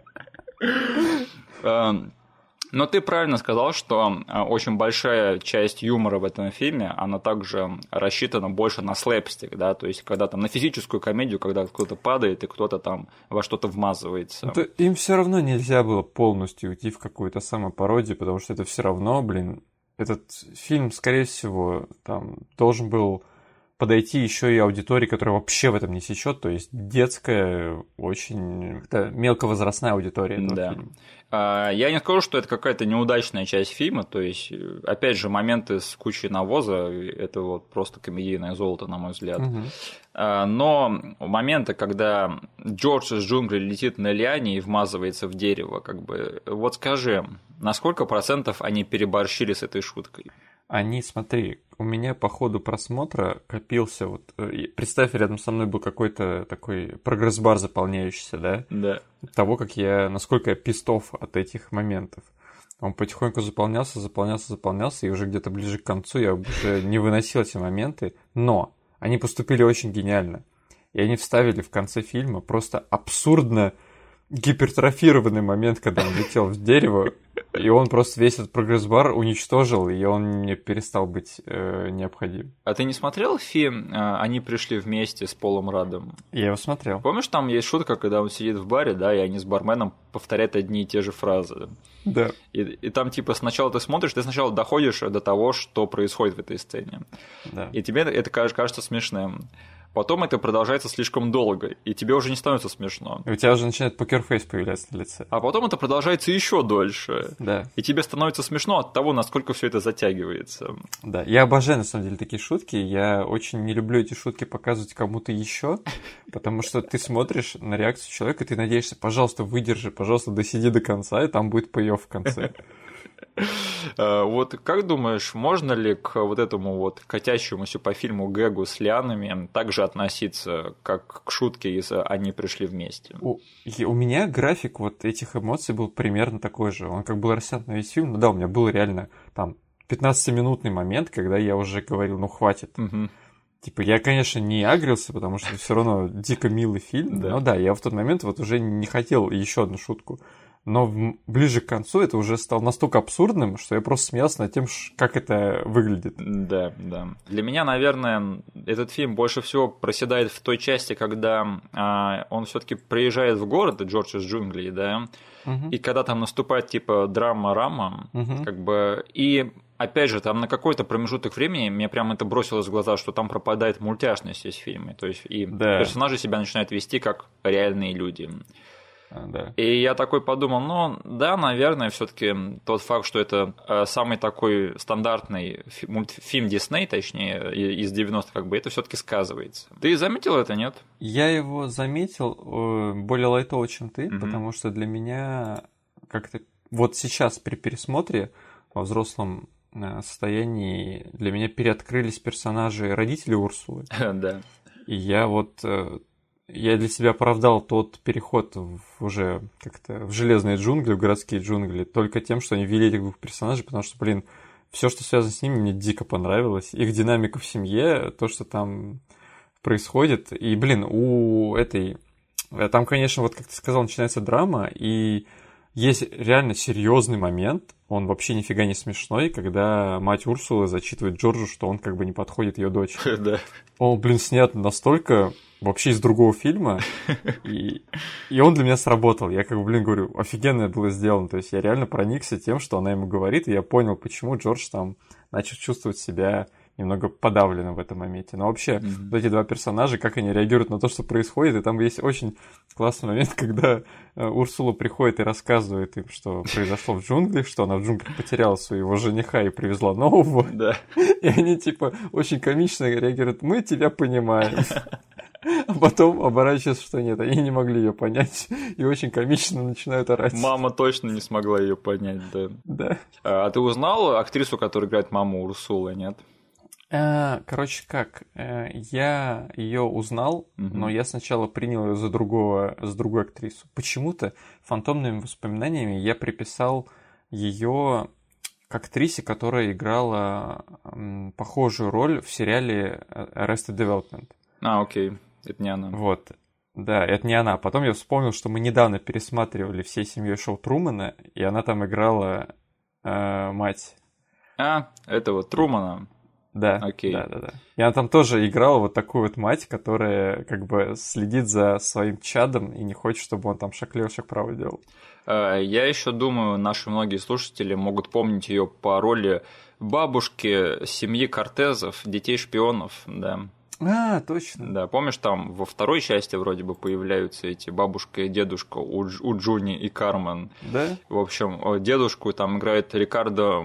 [SPEAKER 1] Но ты правильно сказал, что очень большая часть юмора в этом фильме, она также рассчитана больше на слэпстик, да, то есть когда там на физическую комедию, когда кто-то падает и кто-то там во что-то вмазывается.
[SPEAKER 2] Это им все равно нельзя было полностью уйти в какую-то самопародию, потому что это все равно, блин, этот фильм, скорее всего, там должен был подойти еще и аудитории, которая вообще в этом не сечет, то есть детская, очень мелковозрастная аудитория этого фильма.
[SPEAKER 1] Я не скажу, что это какая-то неудачная часть фильма, то есть, опять же, моменты с кучей навоза, это вот просто комедийное золото, на мой взгляд. Но моменты, когда Джордж из джунглей летит на лиане и вмазывается в дерево, как бы, вот скажи, на сколько процентов они переборщили с этой шуткой?
[SPEAKER 2] Они, смотри, у меня по ходу просмотра копился, вот, представь, рядом со мной был какой-то такой прогресс-бар заполняющийся, да?
[SPEAKER 1] Да.
[SPEAKER 2] Того, насколько я пистов от этих моментов. Он потихоньку заполнялся, и уже где-то ближе к концу я уже не выносил эти моменты, но они поступили очень гениально. И они вставили в конце фильма просто абсурдно гипертрофированный момент, когда он летел в дерево, и он просто весь этот прогресс-бар уничтожил, и он мне перестал быть необходим.
[SPEAKER 1] А ты не смотрел фильм «Они пришли вместе» с Полом Раддом?
[SPEAKER 2] Я его смотрел.
[SPEAKER 1] Помнишь, там есть шутка, когда он сидит в баре, да, и они с барменом повторяют одни и те же фразы?
[SPEAKER 2] Да.
[SPEAKER 1] И там, типа, сначала ты смотришь, ты сначала доходишь до того, что происходит в этой сцене.
[SPEAKER 2] Да.
[SPEAKER 1] И тебе это кажется смешным. потом это продолжается слишком долго, и тебе уже не становится смешно.
[SPEAKER 2] И у тебя уже начинает покерфейс появляться на лице.
[SPEAKER 1] А потом это продолжается еще дольше.
[SPEAKER 2] Да.
[SPEAKER 1] И тебе становится смешно от того, насколько все это затягивается.
[SPEAKER 2] Да, я обожаю, на самом деле, такие шутки. Я очень не люблю эти шутки показывать кому-то еще, потому что ты смотришь на реакцию человека, и ты надеешься, пожалуйста, выдержи, пожалуйста, досиди до конца, и там будет пей-офф в конце.
[SPEAKER 1] Вот как думаешь, можно ли к вот этому вот катящемуся по фильму гэгу с лианами также относиться, как к шутке, если они пришли вместе?
[SPEAKER 2] У меня график вот этих эмоций был примерно такой же. Он как был растянут на весь фильм, но да, у меня был реально там 15-минутный момент, когда я уже говорил, ну хватит. Типа, я, конечно, не агрился, потому что все равно дико милый фильм, но да, я в тот момент вот уже не хотел еще одну шутку. Но ближе к концу это уже стало настолько абсурдным, что я просто смеялся над тем, как это выглядит.
[SPEAKER 1] Да, да. Для меня, наверное, этот фильм больше всего проседает в той части, когда он все-таки приезжает в город, Джордж из джунглей, да, и когда там наступает типа драма-рама, как бы, и опять же, там на какой-то промежуток времени мне прям это бросилось в глаза, что там пропадает мультяшность из фильма, то есть и персонажи себя начинают вести как реальные люди.
[SPEAKER 2] Да.
[SPEAKER 1] И я такой подумал, ну да, наверное, все-таки тот факт, что это самый такой стандартный мультфильм Дисней, точнее, из 90-х, как бы, это все-таки сказывается. Ты заметил это, нет?
[SPEAKER 2] Я его заметил более лайтово, чем ты, потому что для меня как-то вот сейчас при пересмотре во взрослом состоянии для меня переоткрылись персонажи родителей Урсулы.
[SPEAKER 1] Да.
[SPEAKER 2] И я для себя оправдал тот переход уже как-то в железные джунгли, в городские джунгли, только тем, что они ввели этих двух персонажей, потому что, блин, все, что связано с ними, мне дико понравилось. Их динамика в семье, то, что там происходит. И, блин, там, конечно, вот как ты сказал, начинается драма, и есть реально серьезный момент, он вообще нифига не смешной, когда мать Урсулы зачитывает Джорджу, что он как бы не подходит ее дочери.
[SPEAKER 1] Да.
[SPEAKER 2] Он, блин, снят настолько вообще из другого фильма, и он для меня сработал. Я как бы, блин, говорю, офигенно было сделано. То есть я реально проникся тем, что она ему говорит, и я понял, почему Джордж там начал чувствовать себя немного подавленно в этом моменте. Но вообще, вот эти два персонажа, как они реагируют на то, что происходит, и там есть очень классный момент, когда Урсула приходит и рассказывает им, что произошло в джунглях, что она в джунглях потеряла своего жениха и привезла нового.
[SPEAKER 1] Да.
[SPEAKER 2] И они, типа, очень комично реагируют, мы тебя понимаем. А потом оборачиваются, что нет, они не могли ее понять, и очень комично начинают орать.
[SPEAKER 1] Мама точно не смогла ее понять, да.
[SPEAKER 2] Да.
[SPEAKER 1] А ты узнал актрису, которая играет маму Урсулы, нет?
[SPEAKER 2] Короче, как? Я ее узнал, но я сначала принял ее за другую актрису. Почему-то фантомными воспоминаниями я приписал ее к актрисе, которая играла похожую роль в сериале Arrested Development.
[SPEAKER 1] Окей. Это не она.
[SPEAKER 2] Вот. Да, это не она. Потом я вспомнил, что мы недавно пересматривали всей семьей шоу Трумана, и она там играла мать.
[SPEAKER 1] Это вот Трумана.
[SPEAKER 2] Да,
[SPEAKER 1] окей.
[SPEAKER 2] Да. И она там тоже играла вот такую вот мать, которая как бы следит за своим чадом и не хочет, чтобы он там шаг лево, шаг право делал.
[SPEAKER 1] Я еще думаю, наши многие слушатели могут помнить ее по роли бабушки семьи Кортезов, детей шпионов, да.
[SPEAKER 2] Точно.
[SPEAKER 1] Да, помнишь, там во второй части вроде бы появляются эти бабушка и дедушка у Джуни и Кармен.
[SPEAKER 2] Да?
[SPEAKER 1] В общем, дедушку там играет Рикардо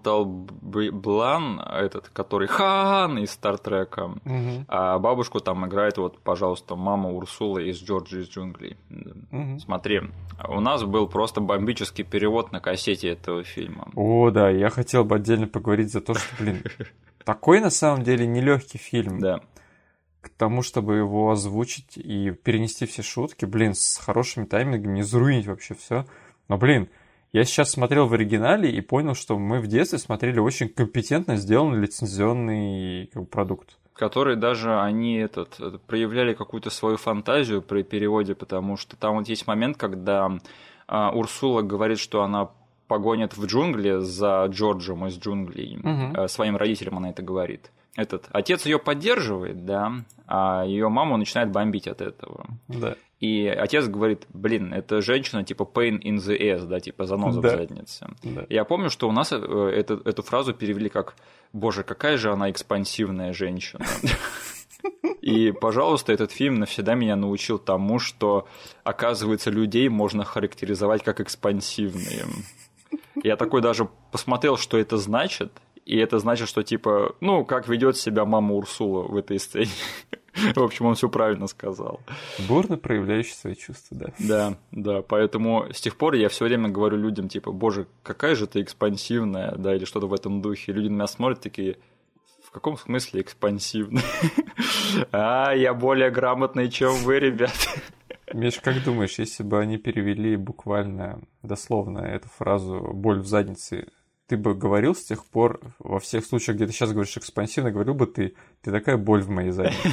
[SPEAKER 1] Монталблан, этот, который Хан из Стартрека, а бабушку там играет, вот, пожалуйста, мама Урсулы из Джорджа из джунглей. Смотри, у нас был просто бомбический перевод на кассете этого фильма.
[SPEAKER 2] О, да, я хотел бы отдельно поговорить за то, что, блин, такой на самом деле нелегкий фильм.
[SPEAKER 1] Да.
[SPEAKER 2] К тому, чтобы его озвучить и перенести все шутки, блин, с хорошими таймингами, не заруинить вообще все. Но, блин, я сейчас смотрел в оригинале и понял, что мы в детстве смотрели очень компетентно сделанный лицензионный продукт.
[SPEAKER 1] Который даже они проявляли какую-то свою фантазию при переводе, потому что там вот есть момент, когда Урсула говорит, что она погонит в джунгли за Джорджем из джунглей. Своим родителям она это говорит. Отец ее поддерживает, да, а ее маму начинает бомбить от этого.
[SPEAKER 2] Да.
[SPEAKER 1] И отец говорит, блин, это женщина типа pain in the ass, да, типа заноза в заднице.
[SPEAKER 2] Да.
[SPEAKER 1] Я помню, что у нас эту фразу перевели как, боже, какая же она экспансивная женщина. И, пожалуйста, этот фильм навсегда меня научил тому, что, оказывается, людей можно характеризовать как экспансивные. Я такой даже посмотрел, что это значит, и это значит, что типа, ну, как ведет себя мама Урсула в этой сцене. В общем, он все правильно сказал.
[SPEAKER 2] Бурно проявляющий свои чувства, да.
[SPEAKER 1] Да, поэтому с тех пор я все время говорю людям, типа, боже, какая же ты экспансивная, да, или что-то в этом духе. И люди на меня смотрят такие, в каком смысле экспансивный? Я более грамотный, чем вы, ребят.
[SPEAKER 2] Миш, как думаешь, если бы они перевели буквально, дословно эту фразу «боль в заднице», ты бы говорил с тех пор, во всех случаях, где ты сейчас говоришь экспансивно, говорил бы ты такая боль в моей заднице?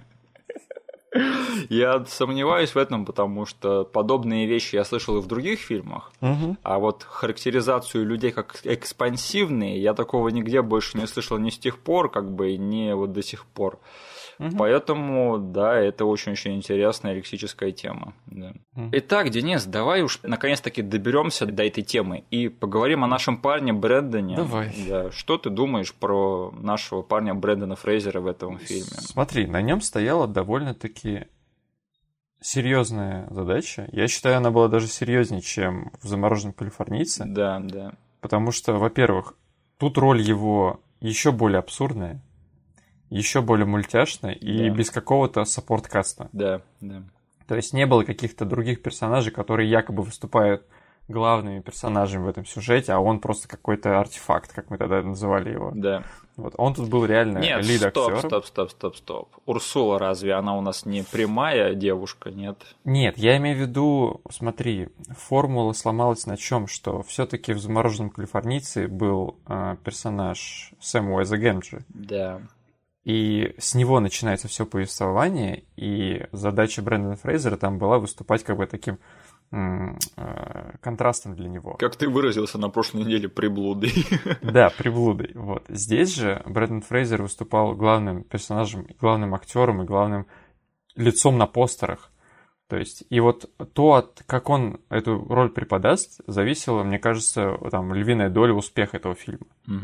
[SPEAKER 1] Я сомневаюсь в этом, потому что подобные вещи я слышал и в других фильмах, а вот характеризацию людей как экспансивные я такого нигде больше не слышал ни с тех пор, как бы, ни вот до сих пор. Поэтому, да, это очень-очень интересная лексическая тема. Да. Итак, Денис, давай уж наконец-таки доберемся до этой темы и поговорим о нашем парне Брэндоне.
[SPEAKER 2] Давай.
[SPEAKER 1] Да. Что ты думаешь про нашего парня Брэндона Фрейзера в этом фильме?
[SPEAKER 2] Смотри, на нем стояла довольно-таки серьезная задача. Я считаю, она была даже серьезнее, чем в «Замороженном калифорнийце».
[SPEAKER 1] Да.
[SPEAKER 2] Потому что, во-первых, тут роль его еще более абсурдная, еще более мультяшная и без какого-то саппорт-каста.
[SPEAKER 1] Да.
[SPEAKER 2] То есть не было каких-то других персонажей, которые якобы выступают главными персонажами в этом сюжете, а он просто какой-то артефакт, как мы тогда называли его.
[SPEAKER 1] Да.
[SPEAKER 2] Вот. Он тут был реально лид-актером.
[SPEAKER 1] Стоп. Урсула разве она у нас не прямая девушка, нет?
[SPEAKER 2] Нет, я имею в виду, смотри, формула сломалась на чем, что все-таки в «Замороженном калифорнийце» был персонаж Сэм Уэйза Гэмджи.
[SPEAKER 1] Да.
[SPEAKER 2] И с него начинается все повествование, и задача Брэндона Фрейзера там была выступать как бы таким контрастом для него.
[SPEAKER 1] Как ты выразился на прошлой неделе, приблудой.
[SPEAKER 2] Да, приблудой. Вот. Здесь же Брэндон Фрейзер выступал главным персонажем, главным актером и главным лицом на постерах. То есть, и вот то, как он эту роль преподаст, зависело, мне кажется, там, львиная доля успеха этого фильма.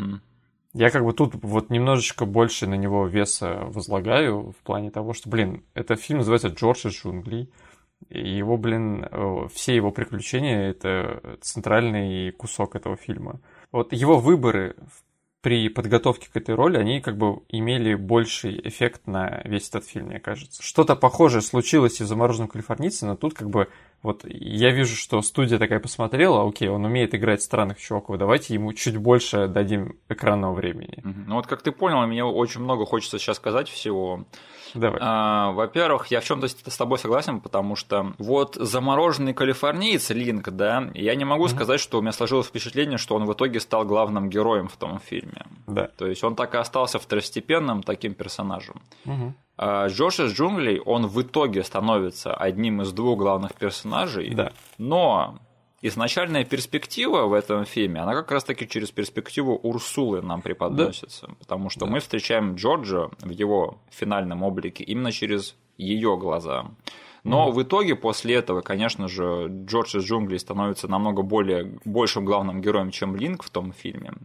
[SPEAKER 2] Я как бы тут вот немножечко больше на него веса возлагаю в плане того, что, этот фильм называется «Джордж из джунглей», и его, все его приключения — это центральный кусок этого фильма. Вот его выборы при подготовке к этой роли, они как бы имели больший эффект на весь этот фильм, мне кажется. Что-то похожее случилось и в «Замороженном калифорнийце», но тут как бы вот я вижу, что студия такая посмотрела, окей, он умеет играть странных чуваков, давайте ему чуть больше дадим экранного времени.
[SPEAKER 1] Ну вот как ты понял, мне очень много хочется сейчас сказать всего.
[SPEAKER 2] Давай.
[SPEAKER 1] Во-первых, я в чем-то с тобой согласен, потому что вот «Замороженный калифорниец» Линк, да, я не могу сказать, что у меня сложилось впечатление, что он в итоге стал главным героем в том фильме.
[SPEAKER 2] Да.
[SPEAKER 1] То есть он так и остался второстепенным таким персонажем. Джордж из джунглей, он в итоге становится одним из двух главных персонажей, но изначальная перспектива в этом фильме, она как раз-таки через перспективу Урсулы нам преподносится, потому что мы встречаем Джорджа в его финальном облике именно через ее глаза. Но в итоге после этого, конечно же, Джордж из джунглей становится намного большим главным героем, чем Линк в том фильме.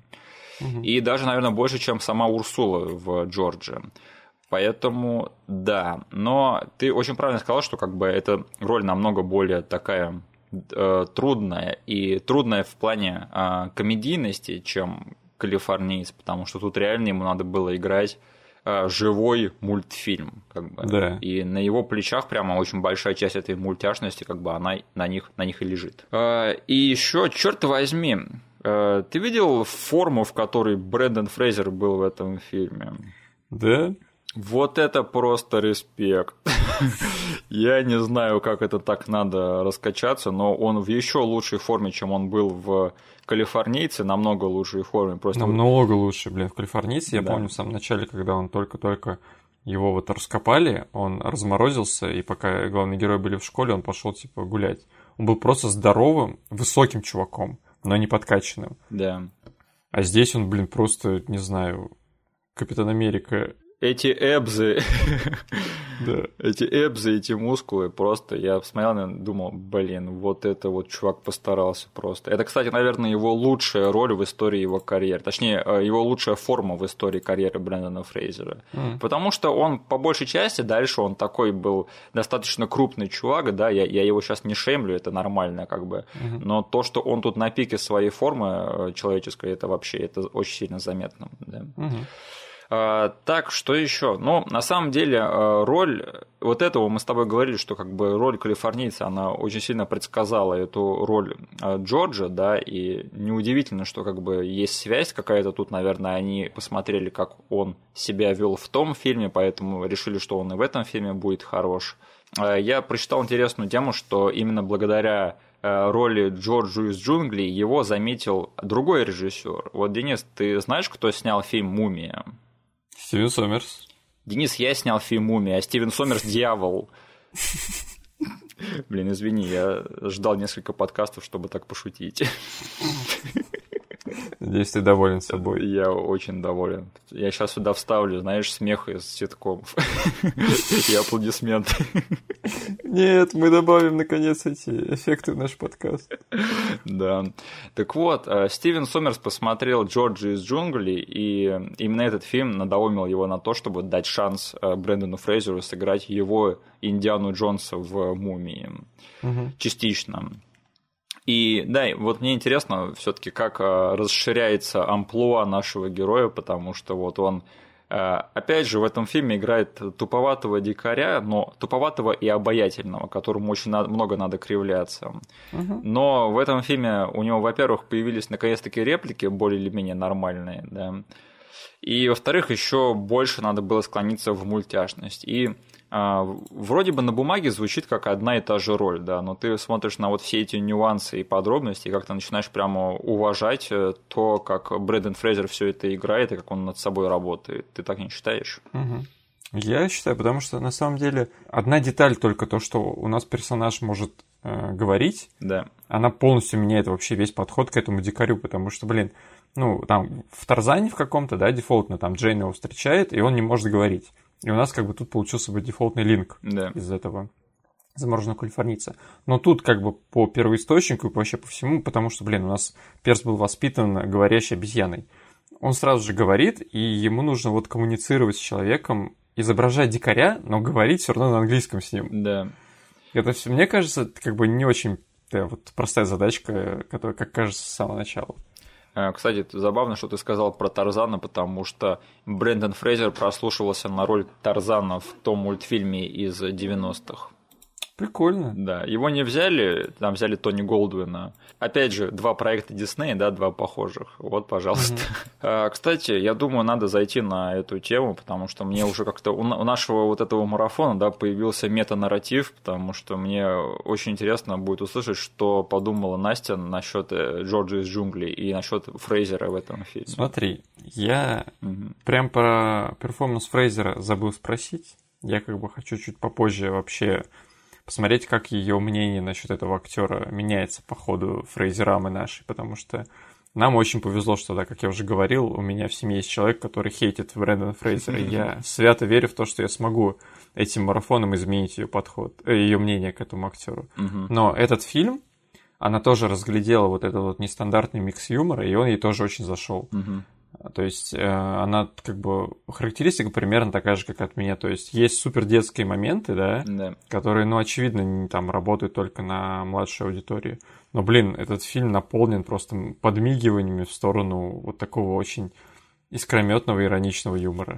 [SPEAKER 1] И даже, наверное, больше, чем сама Урсула в Джордже. Поэтому, да. Но ты очень правильно сказал, что как бы эта роль намного более такая трудная. И трудная в плане комедийности, чем «Калифорниец», потому что тут реально ему надо было играть живой мультфильм. Как бы.
[SPEAKER 2] Да.
[SPEAKER 1] И на его плечах прямо очень большая часть этой мультяшности, как бы она на них и лежит. И еще, черт возьми, ты видел форму, в которой Брэндон Фрейзер был в этом фильме?
[SPEAKER 2] Да.
[SPEAKER 1] Вот это просто респект. Я не знаю, как это так надо раскачаться, но он в еще лучшей форме, чем он был в «Калифорнийце», намного лучшей форме. Просто
[SPEAKER 2] намного лучше, в «Калифорнийце». Я помню в самом начале, когда он только-только его вот раскопали, он разморозился, и пока главные герои были в школе, он пошел типа гулять. Он был просто здоровым, высоким чуваком, но не подкачанным.
[SPEAKER 1] Да.
[SPEAKER 2] А здесь он, просто, не знаю, Капитан Америка.
[SPEAKER 1] Эти эбзы. Эти эбзы, эти мускулы, просто я посмотрел и думал, блин, вот это вот чувак постарался просто. Это, кстати, наверное, его лучшая роль в истории его карьеры, точнее, его лучшая форма в истории карьеры Брендана Фрейзера. Потому что он, по большей части, дальше он такой был достаточно крупный чувак, да, я его сейчас не шеймлю, это нормально как бы, но то, что он тут на пике своей формы человеческой, это вообще, это очень сильно заметно, да. Так, что еще? Ну, на самом деле, роль вот этого мы с тобой говорили, что как бы роль калифорнийца, она очень сильно предсказала эту роль Джорджа, да, и неудивительно, что как бы есть связь какая-то тут, наверное, они посмотрели, как он себя вел в том фильме, поэтому решили, что он и в этом фильме будет хорош. Я прочитал интересную тему, что именно благодаря роли Джорджа из джунглей его заметил другой режиссер. Вот, Денис, ты знаешь, кто снял фильм «Мумия»?
[SPEAKER 2] Стивен Сомерс.
[SPEAKER 1] Денис, я снял фильм «Мумия», а Стивен Сомерс – дьявол. Блин, извини, я ждал несколько подкастов, чтобы так пошутить.
[SPEAKER 2] Надеюсь, ты доволен собой.
[SPEAKER 1] Я очень доволен. Я сейчас сюда вставлю, знаешь, смех из ситкомов и аплодисменты.
[SPEAKER 2] Нет, мы добавим, наконец, эти эффекты в наш подкаст.
[SPEAKER 1] Да. Так вот, Стивен Сомерс посмотрел «Джорджа из джунглей», и именно этот фильм надоумил его на то, чтобы дать шанс Брендану Фрейзеру сыграть его Индиану Джонса в «Мумии». Частично. И да, вот мне интересно все-таки, как расширяется амплуа нашего героя, потому что вот он, опять же, в этом фильме играет туповатого дикаря, но туповатого и обаятельного, которому очень много надо кривляться. Но в этом фильме у него, во-первых, появились наконец-таки реплики более или менее нормальные, да, и, во-вторых, еще больше надо было склониться в мультяшность. И вроде бы на бумаге звучит как одна и та же роль, да, но ты смотришь на вот все эти нюансы и подробности, и как-то начинаешь прямо уважать то, как Брендан Фрейзер все это играет и как он над собой работает. Ты так не считаешь?
[SPEAKER 2] Я считаю, потому что на самом деле одна деталь только то, что у нас персонаж может говорить,
[SPEAKER 1] да,
[SPEAKER 2] она полностью меняет вообще весь подход к этому дикарю, потому что, блин, ну, там в Тарзане в каком-то, да, дефолтно, там Джейн его встречает, и он не может говорить. И у нас как бы тут получился бы дефолтный линк из этого замороженного калифорнийца. Но тут как бы по первоисточнику и вообще по всему, потому что, блин, у нас перс был воспитан говорящей обезьяной. Он сразу же говорит, и ему нужно вот коммуницировать с человеком, изображать дикаря, но говорить все равно на английском с ним.
[SPEAKER 1] Да.
[SPEAKER 2] Это все, мне кажется, это как бы не очень вот простая задачка, которая, как кажется, с самого начала.
[SPEAKER 1] Кстати, это забавно, что ты сказал про Тарзана, потому что Брендан Фрейзер прослушивался на роль Тарзана в том мультфильме из 90-х.
[SPEAKER 2] Прикольно.
[SPEAKER 1] Да, его не взяли, там взяли Тони Голдуина. Опять же, два проекта Диснея, да, два похожих. Вот, пожалуйста. Кстати, я думаю, надо зайти на эту тему, потому что мне уже как-то у нашего вот этого марафона, да, появился метанарратив, потому что мне очень интересно будет услышать, что подумала Настя насчет Джорджа из джунглей и насчет Фрейзера в этом фильме.
[SPEAKER 2] Смотри, я прям про перформанс Фрейзера забыл спросить. Я как бы хочу чуть попозже вообще посмотреть, как ее мнение насчет этого актера меняется по ходу Фрейзерамы нашей, потому что нам очень повезло, что, да, как я уже говорил, у меня в семье есть человек, который хейтит Брендана Фрейзера, и я свято верю в то, что я смогу этим марафоном изменить ее подход, ее мнение к этому актеру. Но этот фильм, она тоже разглядела вот этот вот нестандартный микс юмора, и он ей тоже очень зашел. То есть она как бы характеристика примерно такая же, как от меня. То есть есть супер детские моменты, да, которые, ну, очевидно, там работают только на младшую аудиторию. Но, блин, этот фильм наполнен просто подмигиваниями в сторону вот такого очень искрометного, ироничного юмора.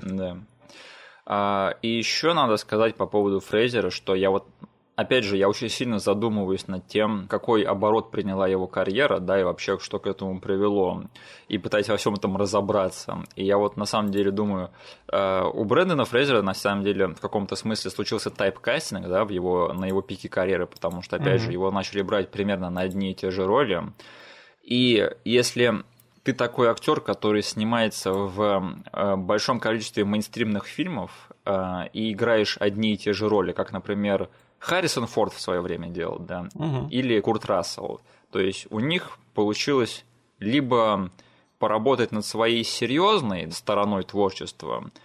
[SPEAKER 1] Да. И еще надо сказать по поводу Фрейзера, что я вот опять же, я очень сильно задумываюсь над тем, какой оборот приняла его карьера, да, и вообще, что к этому привело, и пытаюсь во всем этом разобраться. И я вот на самом деле думаю, у Брендана Фрейзера на самом деле в каком-то смысле случился тайпкастинг, да, на его пике карьеры, потому что, опять же, его начали брать примерно на одни и те же роли. И если ты такой актер, который снимается в большом количестве мейнстримных фильмов и играешь одни и те же роли, как, например, Харрисон Форд в свое время делал, да, или Курт Рассел. То есть у них получилось либо поработать над своей серьезной стороной творчества,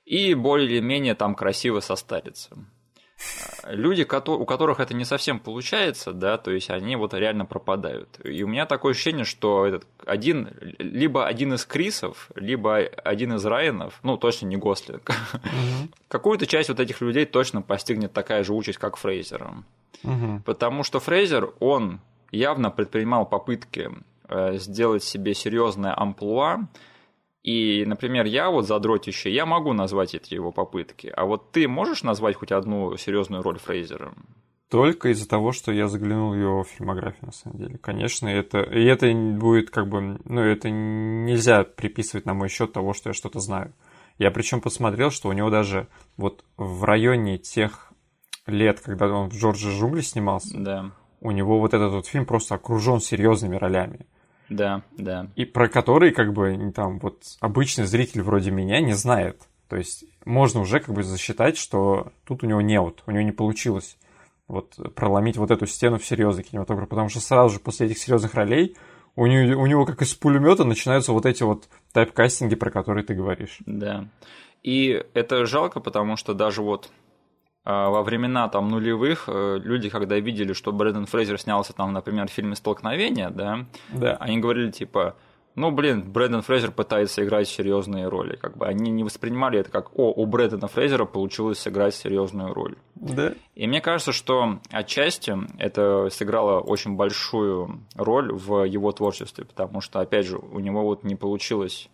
[SPEAKER 1] и более или менее там красиво состариться. Люди, у которых это не совсем получается, да, то есть они вот реально пропадают. И у меня такое ощущение, что либо один из Крисов, либо один из Райанов, ну, точно не Гослинг, какую-то часть вот этих людей точно постигнет такая же участь, как Фрейзера. Потому что Фрейзер, он явно предпринимал попытки сделать себе серьезное амплуа. И, например, я вот задротище, я могу назвать эти его попытки. А вот ты можешь назвать хоть одну серьезную роль Фрейзера?
[SPEAKER 2] Только из-за того, что я заглянул в его фильмографию, на самом деле. Конечно, это будет как бы... Ну, это нельзя приписывать на мой счет того, что я что-то знаю. Я причем посмотрел, что у него даже вот в районе тех лет, когда он в «Джорджи джунгли» снимался,
[SPEAKER 1] да.
[SPEAKER 2] У него вот этот вот фильм просто окружен серьезными ролями.
[SPEAKER 1] Да, да.
[SPEAKER 2] И про которые, как бы, там, вот, обычный зритель вроде меня не знает. То есть, можно уже, как бы, засчитать, что тут у него не получилось вот проломить вот эту стену в серьезный кинематограф. Потому что сразу же после этих серьезных ролей у него как из пулемета начинаются вот эти вот тайпкастинги, про которые ты говоришь.
[SPEAKER 1] Да. И это жалко, потому что даже вот во времена там нулевых люди, когда видели, что Брендан Фрейзер снялся там, например, в фильме «Столкновение», да, они говорили типа, ну, блин, Брендан Фрейзер пытается играть серьезные роли. Как бы они не воспринимали это как, у Брэндона Фрейзера получилось сыграть серьезную роль.
[SPEAKER 2] Да.
[SPEAKER 1] И мне кажется, что отчасти это сыграло очень большую роль в его творчестве, потому что, опять же, у него вот не получилось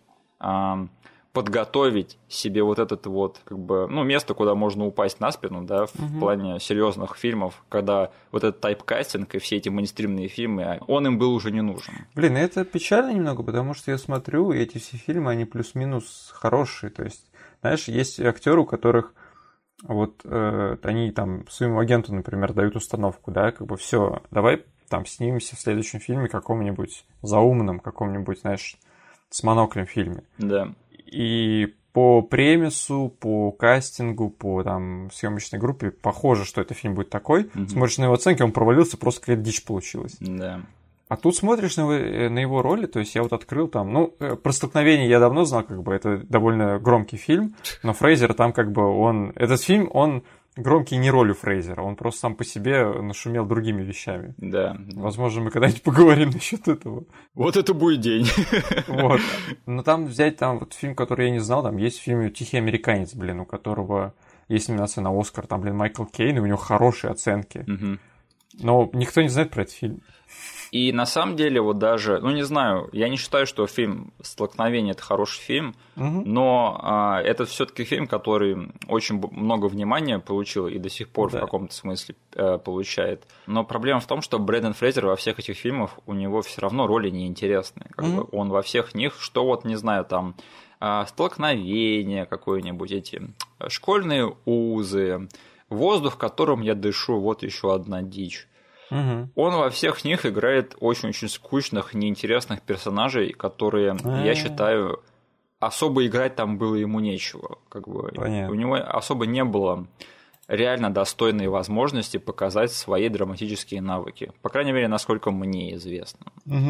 [SPEAKER 1] подготовить себе вот этот вот, как бы, ну, место, куда можно упасть на спину, да, в плане серьезных фильмов, когда вот этот тайпкастинг и все эти мейнстримные фильмы, он им был уже не нужен.
[SPEAKER 2] Блин, это печально немного, потому что я смотрю, и эти все фильмы, они плюс-минус хорошие, то есть, знаешь, есть актеры, у которых вот они там своему агенту, например, дают установку, да, как бы все, давай там снимемся в следующем фильме каком-нибудь заумном, каком-нибудь, знаешь, с моноклем фильме.
[SPEAKER 1] Да.
[SPEAKER 2] И по премису, по кастингу, по там съемочной группе похоже, что этот фильм будет такой. Смотришь на его оценки, он провалился, просто какая-то дичь получилась.
[SPEAKER 1] Да.
[SPEAKER 2] А тут смотришь на его роли, то есть я вот открыл там, ну, про «Столкновение» я давно знал, как бы, это довольно громкий фильм, но Фрейзер там как бы этот фильм, он громкий не ролью Фрейзера, он просто сам по себе нашумел другими вещами.
[SPEAKER 1] Да.
[SPEAKER 2] Возможно, мы когда-нибудь поговорим насчет этого.
[SPEAKER 1] Вот это будет день.
[SPEAKER 2] Вот. Но там взять там вот фильм, который я не знал, там есть фильм «Тихий американец», блин, у которого есть номинация на Оскар, там, блин, Майкл Кейн, и у него хорошие оценки. Но никто не знает про этот фильм.
[SPEAKER 1] И на самом деле вот даже, ну не знаю, я не считаю, что фильм «Столкновение» — это хороший фильм, но это все-таки фильм, который очень много внимания получил и до сих пор в каком-то смысле получает. Но проблема в том, что Брендан Фрейзер во всех этих фильмах, у него все равно роли неинтересные. Как бы он во всех них, что вот, не знаю, там «Столкновение» какое-нибудь, эти «Школьные узы», «Воздух, которым я дышу», вот еще одна дичь. Он во всех них играет очень-очень скучных, неинтересных персонажей, которые, я считаю, особо играть там было ему нечего. Как бы. У него особо не было реально достойной возможности показать свои драматические навыки. По крайней мере, насколько мне известно.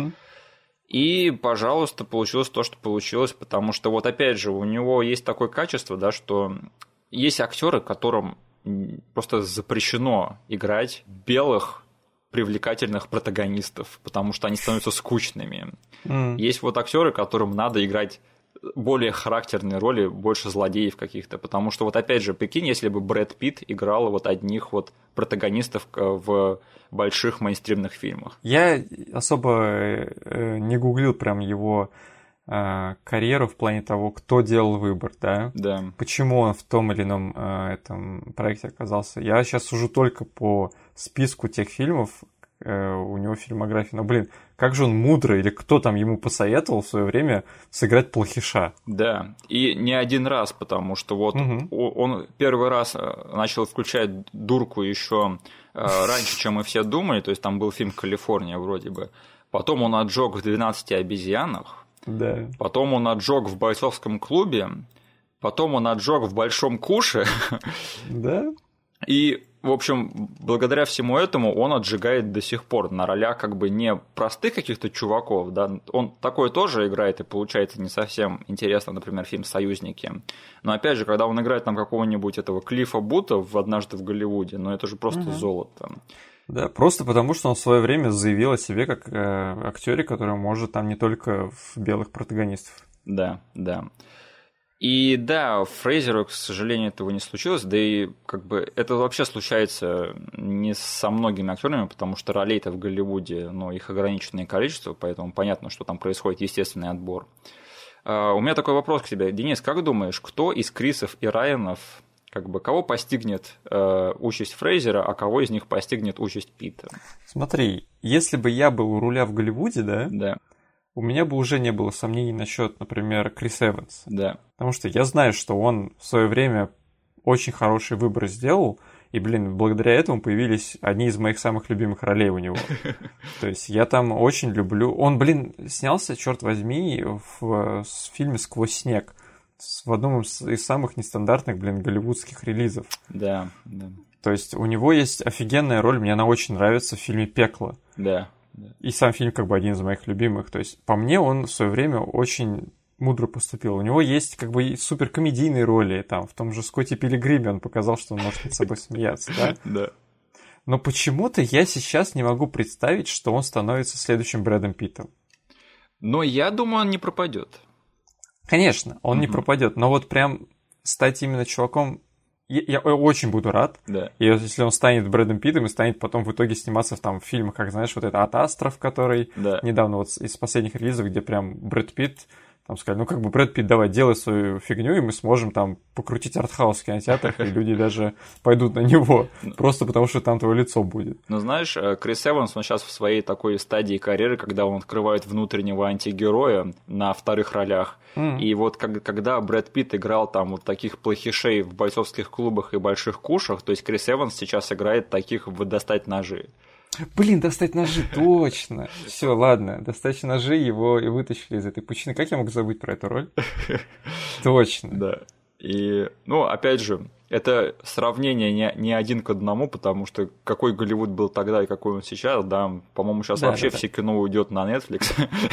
[SPEAKER 1] И, пожалуйста, получилось то, что получилось, потому что, вот опять же, у него есть такое качество, да, что есть актеры, которым просто запрещено играть белых привлекательных протагонистов, потому что они становятся скучными. Есть вот актеры, которым надо играть более характерные роли, больше злодеев каких-то, потому что вот опять же, прикинь, если бы Брэд Питт играл вот одних вот протагонистов в больших мейнстримных фильмах.
[SPEAKER 2] Я особо не гуглил прям его карьеру в плане того, кто делал выбор, да?
[SPEAKER 1] Да.
[SPEAKER 2] Почему он в том или ином этом проекте оказался. Я сейчас сужу только по списку тех фильмов, у него фильмография. Но, блин, как же он мудрый, или кто там ему посоветовал в свое время сыграть плохиша?
[SPEAKER 1] Да, и не один раз, потому что вот он первый раз начал включать дурку еще раньше, чем мы все думали, то есть там был фильм «Калифорния» вроде бы. Потом он отжег в «12 обезьянах»,
[SPEAKER 2] да.
[SPEAKER 1] Потом он отжег в «Бойцовском клубе», потом он отжег в «Большом куше».
[SPEAKER 2] Да.
[SPEAKER 1] И в общем, благодаря всему этому он отжигает до сих пор на ролях как бы не простых каких-то чуваков, да, он такой тоже играет, и получается не совсем интересно, например, фильм «Союзники». Но опять же, когда он играет там какого-нибудь этого Клиффа Бута в «Однажды в Голливуде», ну это же просто золото.
[SPEAKER 2] Да, просто потому, что он в свое время заявил о себе как актере, который может там не только в белых протагонистов.
[SPEAKER 1] Да, да. И да, Фрейзеру, к сожалению, этого не случилось, да и как бы это вообще случается не со многими актерами, потому что ролей-то в Голливуде, ну, их ограниченное количество, поэтому понятно, что там происходит естественный отбор. У меня такой вопрос к тебе, Денис, как думаешь, кто из Крисов и Райанов, как бы, кого постигнет участь Фрейзера, а кого из них постигнет участь Питта?
[SPEAKER 2] Смотри, если бы я был у руля в Голливуде,
[SPEAKER 1] Да.
[SPEAKER 2] У меня бы уже не было сомнений насчет, например, Криса Эванса.
[SPEAKER 1] Да.
[SPEAKER 2] Потому что я знаю, что он в свое время очень хороший выбор сделал, и, благодаря этому появились одни из моих самых любимых ролей у него. То есть я там очень люблю... Он, снялся, черт возьми, в фильме «Сквозь снег», в одном из самых нестандартных, голливудских релизов.
[SPEAKER 1] Да, да.
[SPEAKER 2] То есть у него есть офигенная роль, мне она очень нравится в фильме «Пекло».
[SPEAKER 1] Да.
[SPEAKER 2] И сам фильм как бы один из моих любимых. То есть по мне он в свое время очень мудро поступил. У него есть как бы суперкомедийные роли. Там, в том же «Скотте Пилигриме» он показал, что он может над собой смеяться, да?
[SPEAKER 1] Да.
[SPEAKER 2] Но почему-то я сейчас не могу представить, что он становится следующим Брэдом Питтом.
[SPEAKER 1] Но я думаю, он не пропадет.
[SPEAKER 2] Конечно, он не пропадет. Но вот прям стать именно чуваком... Я очень буду рад,
[SPEAKER 1] да.
[SPEAKER 2] И если он станет Брэдом Питтом и станет потом в итоге сниматься в фильмах, как, знаешь, вот это «От Астров», который недавно вот из последних релизов, где прям Брэд Питт, там сказали, Брэд Питт, давай, делай свою фигню, и мы сможем там покрутить артхаус в кинотеатрах, и люди даже пойдут на него, просто потому что там твое лицо будет.
[SPEAKER 1] Ну, знаешь, Крис Эванс, он сейчас в своей такой стадии карьеры, когда он открывает внутреннего антигероя на вторых ролях, и вот когда Брэд Питт играл там вот таких плохишей в бойцовских клубах и больших кушах, то есть Крис Эванс сейчас играет таких в «Достать ножи».
[SPEAKER 2] Достать ножи, точно. Все, ладно, достать ножи, его и вытащили из этой пучины. Как я мог забыть про эту роль? Точно.
[SPEAKER 1] Да. И, опять же, это сравнение не один к одному, потому что какой Голливуд был тогда и какой он сейчас, да, по-моему, сейчас вообще все кино уйдет на Netflix.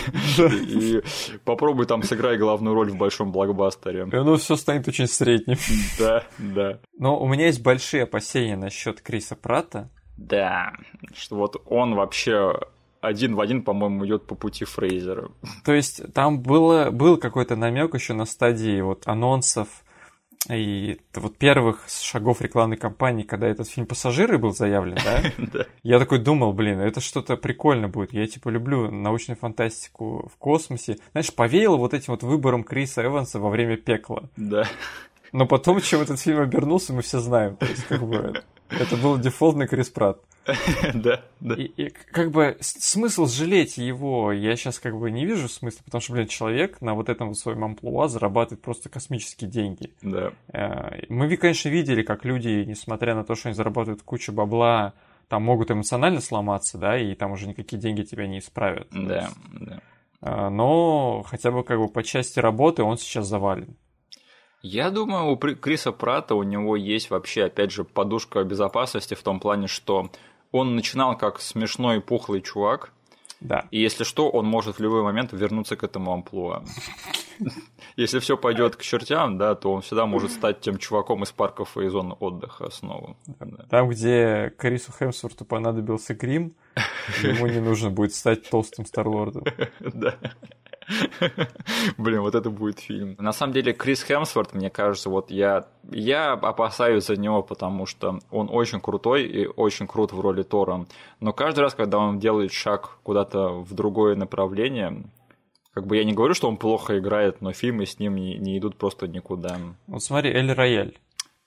[SPEAKER 1] И попробуй там сыграй главную роль в большом блокбастере.
[SPEAKER 2] И оно все станет очень средним.
[SPEAKER 1] Да, да.
[SPEAKER 2] Но у меня есть большие опасения насчет Криса Пратта.
[SPEAKER 1] Да, что вот он вообще один в один, по-моему, идет по пути Фрейзера.
[SPEAKER 2] То есть там был какой-то намек еще на стадии вот анонсов и вот первых шагов рекламной кампании, когда этот фильм «Пассажиры» был заявлен, да?
[SPEAKER 1] Да.
[SPEAKER 2] Я такой думал, это что-то прикольно будет. Я люблю научную фантастику в космосе. Знаешь, повеяло вот этим вот выбором Криса Эванса во время «Пекла».
[SPEAKER 1] Да.
[SPEAKER 2] Но потом, чем этот фильм обернулся, мы все знаем. То есть, это был дефолтный Крис Пратт.
[SPEAKER 1] Да, да.
[SPEAKER 2] И смысл жалеть его, я сейчас не вижу смысла, потому что, человек на вот этом вот своем амплуа зарабатывает просто космические деньги.
[SPEAKER 1] Да.
[SPEAKER 2] Мы, конечно, видели, как люди, несмотря на то, что они зарабатывают кучу бабла, там могут эмоционально сломаться, да, и там уже никакие деньги тебя не исправят.
[SPEAKER 1] Да, да.
[SPEAKER 2] Но хотя бы по части работы он сейчас завален.
[SPEAKER 1] Я думаю, у Криса Пратта у него есть вообще, опять же, подушка безопасности в том плане, что он начинал как смешной пухлый чувак,
[SPEAKER 2] да.
[SPEAKER 1] И если что, он может в любой момент вернуться к этому амплуа. Если все пойдет к чертям, да, то он всегда может стать тем чуваком из парков и зон отдыха снова.
[SPEAKER 2] Там, где Крису Хемсворту понадобился грим, ему не нужно будет стать толстым Старлордом.
[SPEAKER 1] Да. Блин, вот это будет фильм. На самом деле, Крис Хемсворт, мне кажется, вот я опасаюсь за него, потому что он очень крутой и очень крут в роли Тора. Но каждый раз, когда он делает шаг куда-то в другое направление, я не говорю, что он плохо играет, но фильмы с ним не идут просто никуда.
[SPEAKER 2] Вот смотри, Эль Рояль.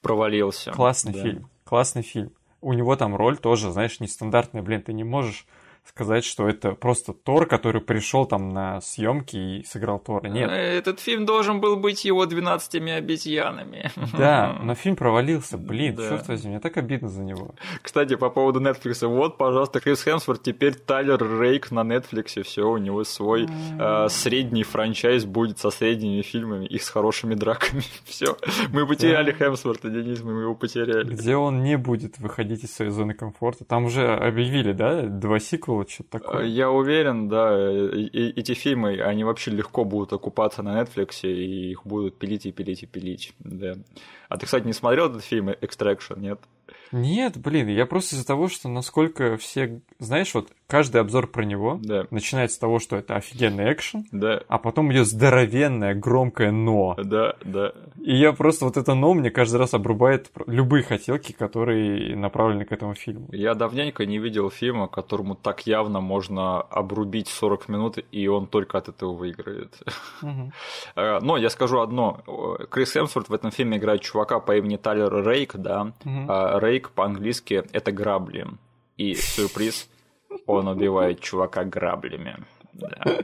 [SPEAKER 1] Провалился.
[SPEAKER 2] Классный фильм. У него там роль тоже, знаешь, нестандартная. Ты не можешь сказать, что это просто Тор, который пришел там на съемки и сыграл Тора. Нет.
[SPEAKER 1] Этот фильм должен был быть его 12 обезьянами.
[SPEAKER 2] Да, но фильм провалился. Блин, черт возьми, мне так обидно за него.
[SPEAKER 1] Кстати, по поводу Netflix. Вот, пожалуйста, Крис Хемсворт, теперь Тайлер Рейк на Netflix. Все, у него свой средний франчайз будет со средними фильмами и с хорошими драками. Все, мы потеряли Хемсворта, Денис, мы его потеряли.
[SPEAKER 2] Где он не будет выходить из своей зоны комфорта. Там уже объявили, да, 2 сиквела, что-то такое.
[SPEAKER 1] Я уверен, да, эти фильмы, они вообще легко будут окупаться на Netflix, и их будут пилить и пилить и пилить, да. А ты, кстати, не смотрел этот фильм «Extraction», нет?
[SPEAKER 2] Нет, блин, я просто из-за того, что насколько все... Знаешь, вот каждый обзор про него начинается с того, что это офигенный экшен, а потом идет здоровенное, громкое «но».
[SPEAKER 1] Да, да.
[SPEAKER 2] И я просто вот это «но» мне каждый раз обрубает любые хотелки, которые направлены к этому фильму.
[SPEAKER 1] Я давненько не видел фильма, которому так явно можно обрубить 40 минут, и он только от этого выиграет. Но я скажу одно. Крис Хемсворт в этом фильме играет чувака по имени Тайлер Рейк, да, Рейк по-английски это грабли. И сюрприз, он убивает чувака граблями. Да.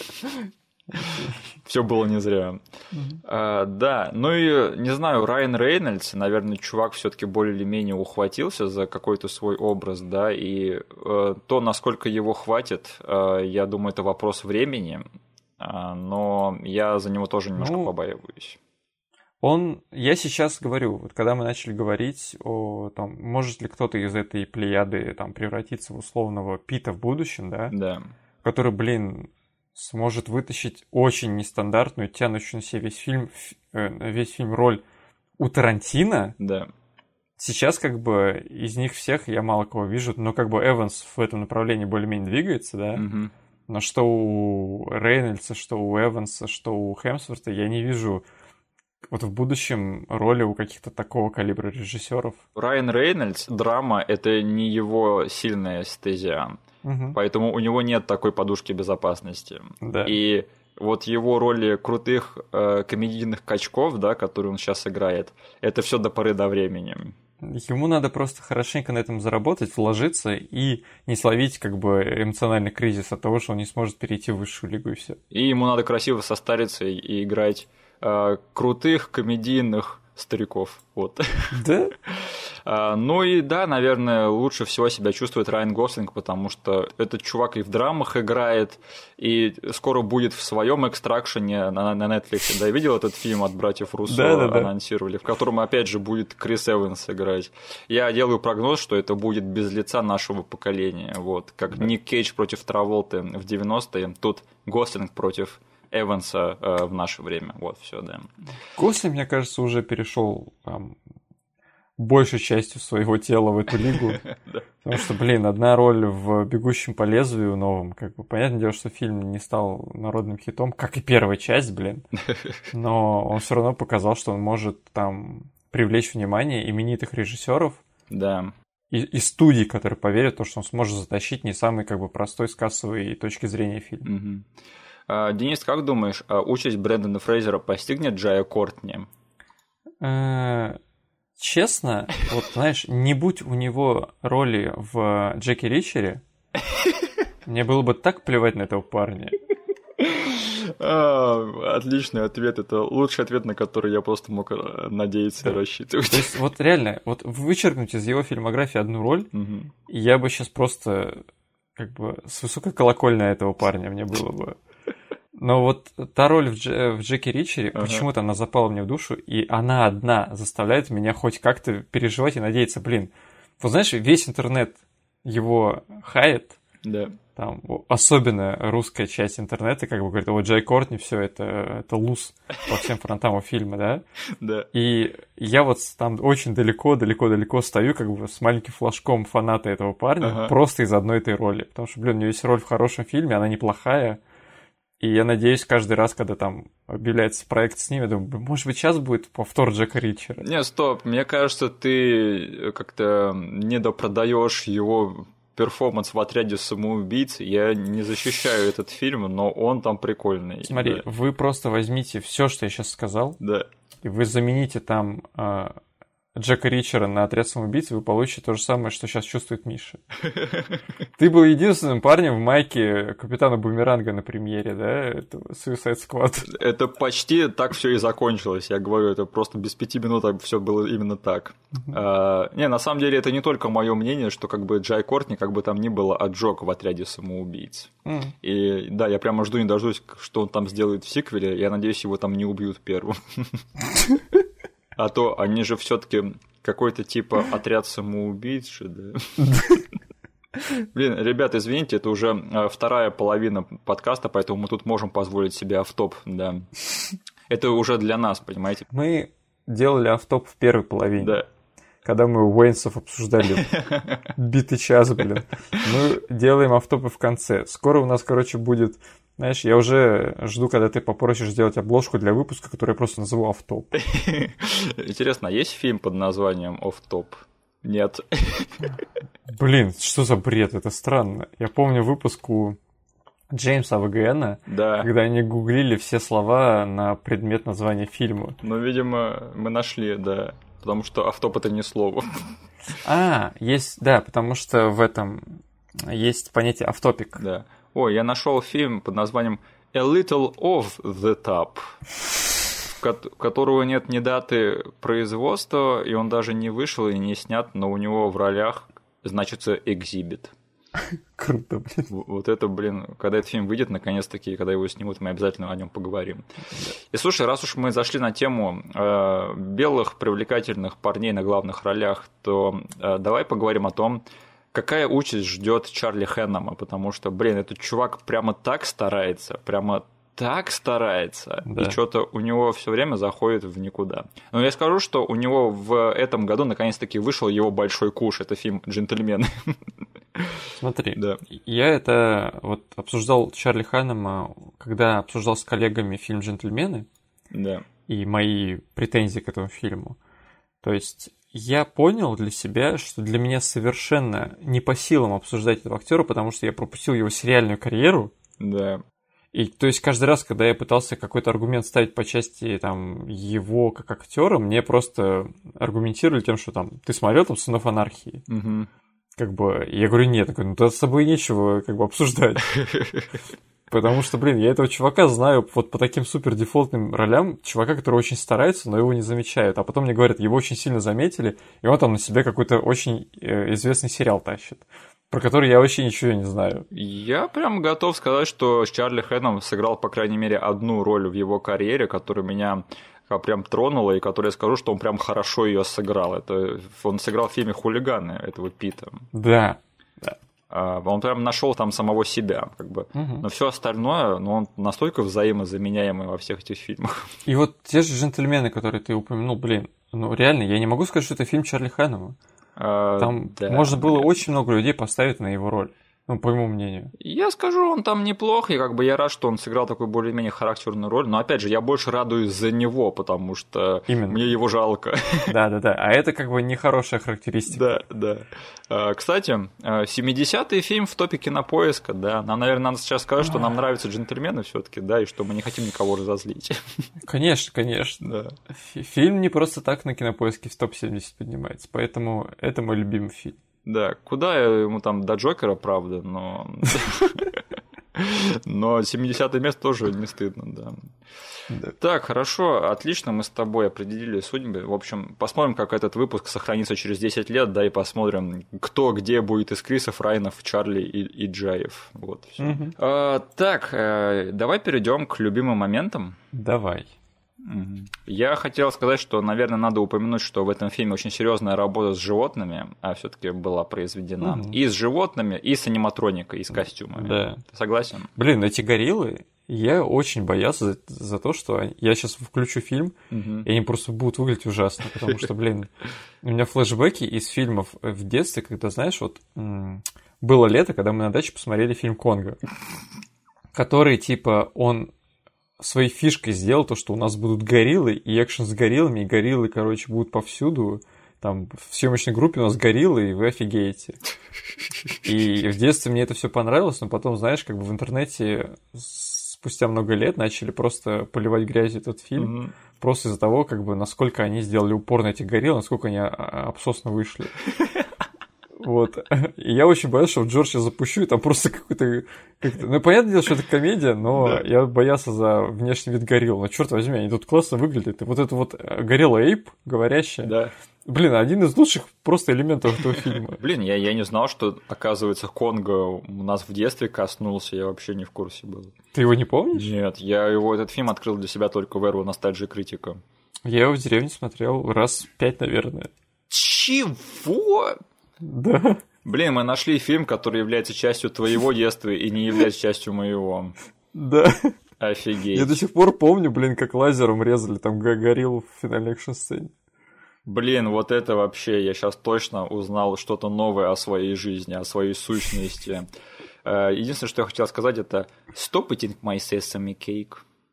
[SPEAKER 1] Все было не зря. Да, ну и не знаю, Райан Рейнольдс, наверное, чувак все-таки более или менее ухватился за какой-то свой образ, да, и то, насколько его хватит, я думаю, это вопрос времени, но я за него тоже немножко побаиваюсь.
[SPEAKER 2] Я сейчас говорю, вот когда мы начали говорить о том, может ли кто-то из этой плеяды там превратиться в условного Пита в будущем, да, который, блин, сможет вытащить очень нестандартную, тянущую на себя весь фильм роль у Тарантино.
[SPEAKER 1] Да.
[SPEAKER 2] Сейчас как бы из них всех я мало кого вижу, но как бы Эванс в этом направлении более-менее двигается, да. Но что у Рейнольдса, что у Эванса, что у Хемсворта я не вижу вот в будущем роли у каких-то такого калибра режиссеров.
[SPEAKER 1] Райан Рейнольдс, драма — это не его сильная стезия, поэтому у него нет такой подушки безопасности.
[SPEAKER 2] Да.
[SPEAKER 1] И вот его роли крутых комедийных качков, да, которые он сейчас играет, это все до поры до времени.
[SPEAKER 2] Ему надо просто хорошенько на этом заработать, вложиться и не словить как бы эмоциональный кризис от того, что он не сможет перейти в высшую лигу, и все.
[SPEAKER 1] И ему надо красиво состариться и играть крутых комедийных стариков. Вот.
[SPEAKER 2] Да?
[SPEAKER 1] Ну и да, наверное, лучше всего себя чувствует Райан Гослинг, потому что этот чувак и в драмах играет, и скоро будет в своем экстракшене на Netflix. Да, видел этот фильм от братьев Руссо, анонсировали, в котором опять же будет Крис Эванс играть. Я делаю прогноз, что это будет без лица нашего поколения. Вот. Как Ник Кейдж против Траволты в 90-е, тут Гослинг против Эванса в наше время. Вот, все, да.
[SPEAKER 2] Гослинг, мне кажется, уже перешел там большей частью своего тела в эту лигу. Потому что, блин, одна роль в «Бегущем по лезвию» новом, как бы, понятное дело, что фильм не стал народным хитом, как и первая часть, блин. Но он все равно показал, что он может там привлечь внимание именитых режиссеров.
[SPEAKER 1] Да.
[SPEAKER 2] И студий, которые поверят в то, что он сможет затащить не самый как бы простой с кассовой точки зрения фильм.
[SPEAKER 1] Денис, как думаешь, участь Брэндона Фрейзера постигнет Джая Кортни?
[SPEAKER 2] Честно, вот знаешь, не будь у него роли в Джеки Ричере, мне было бы так плевать на этого парня.
[SPEAKER 1] Отличный ответ. Это лучший ответ, на который я просто мог надеяться и рассчитывать.
[SPEAKER 2] То есть вот реально, вот вычеркнуть из его фильмографии одну роль, и я бы сейчас просто как бы с высокой колокольной этого парня мне было бы. Но вот та роль в Джеки Ричере, почему-то она запала мне в душу, и она одна заставляет меня хоть как-то переживать и надеяться, блин. Вот знаешь, весь интернет его хает, там, особенно русская часть интернета, как бы говорит, вот Джай Кортни, все это луз по всем фронтам у фильма, да?
[SPEAKER 1] Да.
[SPEAKER 2] И я вот там очень далеко стою, как бы с маленьким флажком фаната этого парня, просто из одной этой роли. Потому что, блин, у него есть роль в хорошем фильме, она неплохая. И я надеюсь, каждый раз, когда там объявляется проект с ним, я думаю, может быть, сейчас будет повтор Джека Ричера.
[SPEAKER 1] Не, стоп, мне кажется, ты как-то недопродаешь его перформанс в «Отряде самоубийц». Я не защищаю этот фильм, но он там прикольный.
[SPEAKER 2] Смотри, вы просто возьмите все, что я сейчас сказал, и вы замените там Джека Ричера на «Отряд самоубийц», вы получите то же самое, что сейчас чувствует Миша. Ты был единственным парнем в майке Капитана Бумеранга на премьере, да, этого Suicide Squad.
[SPEAKER 1] Это почти так все и закончилось, я говорю, это просто без 5 минут все было именно так. Не, на самом деле это не только мое мнение, что как бы Джай Кортни, как бы там ни было, отжег в «Отряде самоубийц». И да, я прямо жду не дождусь, что он там сделает в сиквеле, я надеюсь, его там не убьют первым. А то они же все-таки какой-то типа «Отряд самоубийц» же, да? Блин, ребят, извините, это уже вторая половина подкаста, поэтому мы тут можем позволить себе автоп, да. Это уже для нас, понимаете?
[SPEAKER 2] Мы делали автоп в первой половине.
[SPEAKER 1] Да.
[SPEAKER 2] Когда мы Уэйнсов обсуждали битый час, блин. Мы делаем автопы в конце. Скоро у нас, короче, будет... Знаешь, я уже жду, когда ты попросишь сделать обложку для выпуска, которую я просто назову «Офф-топ».
[SPEAKER 1] Интересно, а есть фильм под названием «Офф-топ»? Нет.
[SPEAKER 2] Блин, что за бред? Это странно. Я помню выпуск у Джеймса ВГНа,
[SPEAKER 1] да.
[SPEAKER 2] Когда они гуглили все слова на предмет названия фильма.
[SPEAKER 1] Ну, видимо, мы нашли, да. Потому что «офф-топ» — это не слово.
[SPEAKER 2] Есть, да, потому что в этом есть понятие «офф-топик».
[SPEAKER 1] Да. Ой, я нашел фильм под названием A Little Off the Top, у которого нет ни даты производства, и он даже не вышел и не снят, но у него в ролях значится «Экзибит».
[SPEAKER 2] Круто, блин.
[SPEAKER 1] Вот это, блин, когда этот фильм выйдет, наконец-таки, когда его снимут, мы обязательно о нем поговорим. И слушай, раз уж мы зашли на тему белых привлекательных парней на главных ролях, то давай поговорим о том, какая участь ждет Чарли Хэннема, потому что, блин, этот чувак прямо так старается, да. И что-то у него все время заходит в никуда. Но я скажу, что у него в этом году наконец-таки вышел его большой куш, это фильм «Джентльмены».
[SPEAKER 2] Смотри,
[SPEAKER 1] да.
[SPEAKER 2] Я это вот обсуждал Чарли Хэннема, когда обсуждал с коллегами фильм «Джентльмены»,
[SPEAKER 1] да.
[SPEAKER 2] И мои претензии к этому фильму. То есть я понял для себя, что для меня совершенно не по силам обсуждать этого актера, потому что я пропустил его сериальную карьеру.
[SPEAKER 1] Да.
[SPEAKER 2] И то есть каждый раз, когда я пытался какой-то аргумент ставить по части там, его как актера, мне просто аргументировали тем, что там ты смотрел там «Сынов анархии».
[SPEAKER 1] Угу.
[SPEAKER 2] Как бы, я говорю, нет, такой, ну, с собой нечего как бы обсуждать. Потому что, блин, я этого чувака знаю вот по таким супер дефолтным ролям, чувака, который очень старается, но его не замечают. А потом мне говорят, его очень сильно заметили, и он там на себе какой-то очень известный сериал тащит, про который я вообще ничего не знаю.
[SPEAKER 1] Я прям готов сказать, что Чарли Хэннем сыграл, по крайней мере, одну роль в его карьере, которая меня прям тронула, и которую я скажу, что он прям хорошо ее сыграл. Это он сыграл в фильме «Хулиганы» этого Питта.
[SPEAKER 2] Да.
[SPEAKER 1] Он прям нашел там самого себя, как бы.
[SPEAKER 2] Угу.
[SPEAKER 1] Но все остальное, он настолько взаимозаменяемый во всех этих фильмах.
[SPEAKER 2] И вот те же «Джентльмены», которые ты упомянул, блин, ну реально, я не могу сказать, что это фильм Чарли Хэннема. Там можно было очень много людей поставить на его роль. Ну, по моему мнению.
[SPEAKER 1] Я скажу, он там неплох, и как бы я рад, что он сыграл такую более-менее характерную роль, но опять же, я больше радуюсь за него, потому что мне его жалко.
[SPEAKER 2] Да, а это как бы нехорошая характеристика.
[SPEAKER 1] Да. Кстати, 70-й фильм в топе Кинопоиска, да, нам, наверное, надо сейчас сказать, что нам нравятся «Джентльмены» все-таки, да, и что мы не хотим никого разозлить.
[SPEAKER 2] Конечно. Да. Фильм не просто так на Кинопоиске в топ-70 поднимается, поэтому это мой любимый фильм.
[SPEAKER 1] Да, куда ему там до Джокера, правда, но 70-е место тоже не стыдно, да. Так, хорошо, отлично, мы с тобой определили судьбы. В общем, посмотрим, как этот выпуск сохранится через 10 лет, да, и посмотрим, кто где будет из Крисов, Райнов, Чарли и Джаев. Вот, всё. Так, давай перейдем к любимым моментам.
[SPEAKER 2] Давай.
[SPEAKER 1] Я хотел сказать, что, наверное, надо упомянуть, что в этом фильме очень серьезная работа с животными, все-таки была произведена. И с животными, и с аниматроникой, и с костюмами.
[SPEAKER 2] Да.
[SPEAKER 1] Ты согласен?
[SPEAKER 2] Блин, эти гориллы, я очень боялся за то, что я сейчас включу фильм, и они просто будут выглядеть ужасно, потому что, блин, у меня флешбеки из фильмов в детстве, когда, знаешь, вот было лето, когда мы на даче посмотрели фильм «Конго», который, типа, он своей фишкой сделал то, что у нас будут гориллы и экшен с гориллами, и гориллы, короче, будут повсюду. Там в съемочной группе у нас гориллы, и вы офигеете. И в детстве мне это все понравилось, но потом, знаешь, как бы в интернете спустя много лет начали просто поливать грязью этот фильм, просто из-за того, как бы, насколько они сделали упор на этих горилл, насколько они обсосно вышли. Вот. И я очень боялся, что в Джордж я запущу, и там просто какой-то... Ну, понятное дело, что это комедия, но я боялся за внешний вид горилл. Но, черт возьми, они тут классно выглядят. И вот это вот горилла Эйп, говорящая...
[SPEAKER 1] Да.
[SPEAKER 2] Блин, один из лучших просто элементов этого фильма.
[SPEAKER 1] Блин, я не знал, что, оказывается, Конго у нас в детстве коснулся, я вообще не в курсе был.
[SPEAKER 2] Ты его не помнишь?
[SPEAKER 1] Нет, я этот фильм открыл для себя только в эру ностальджи критика.
[SPEAKER 2] Я его в деревне смотрел раз 5, наверное.
[SPEAKER 1] Чего?
[SPEAKER 2] Да.
[SPEAKER 1] Блин, мы нашли фильм, который является частью твоего детства и не является частью моего.
[SPEAKER 2] Да.
[SPEAKER 1] Офигеть.
[SPEAKER 2] Я до сих пор помню, блин, как лазером резали там гориллу в финальной экшн-сцене.
[SPEAKER 1] Блин, вот это вообще, я сейчас точно узнал что-то новое о своей жизни, о своей сущности. Единственное, что я хотел сказать, это «Stop eating my sesame cake».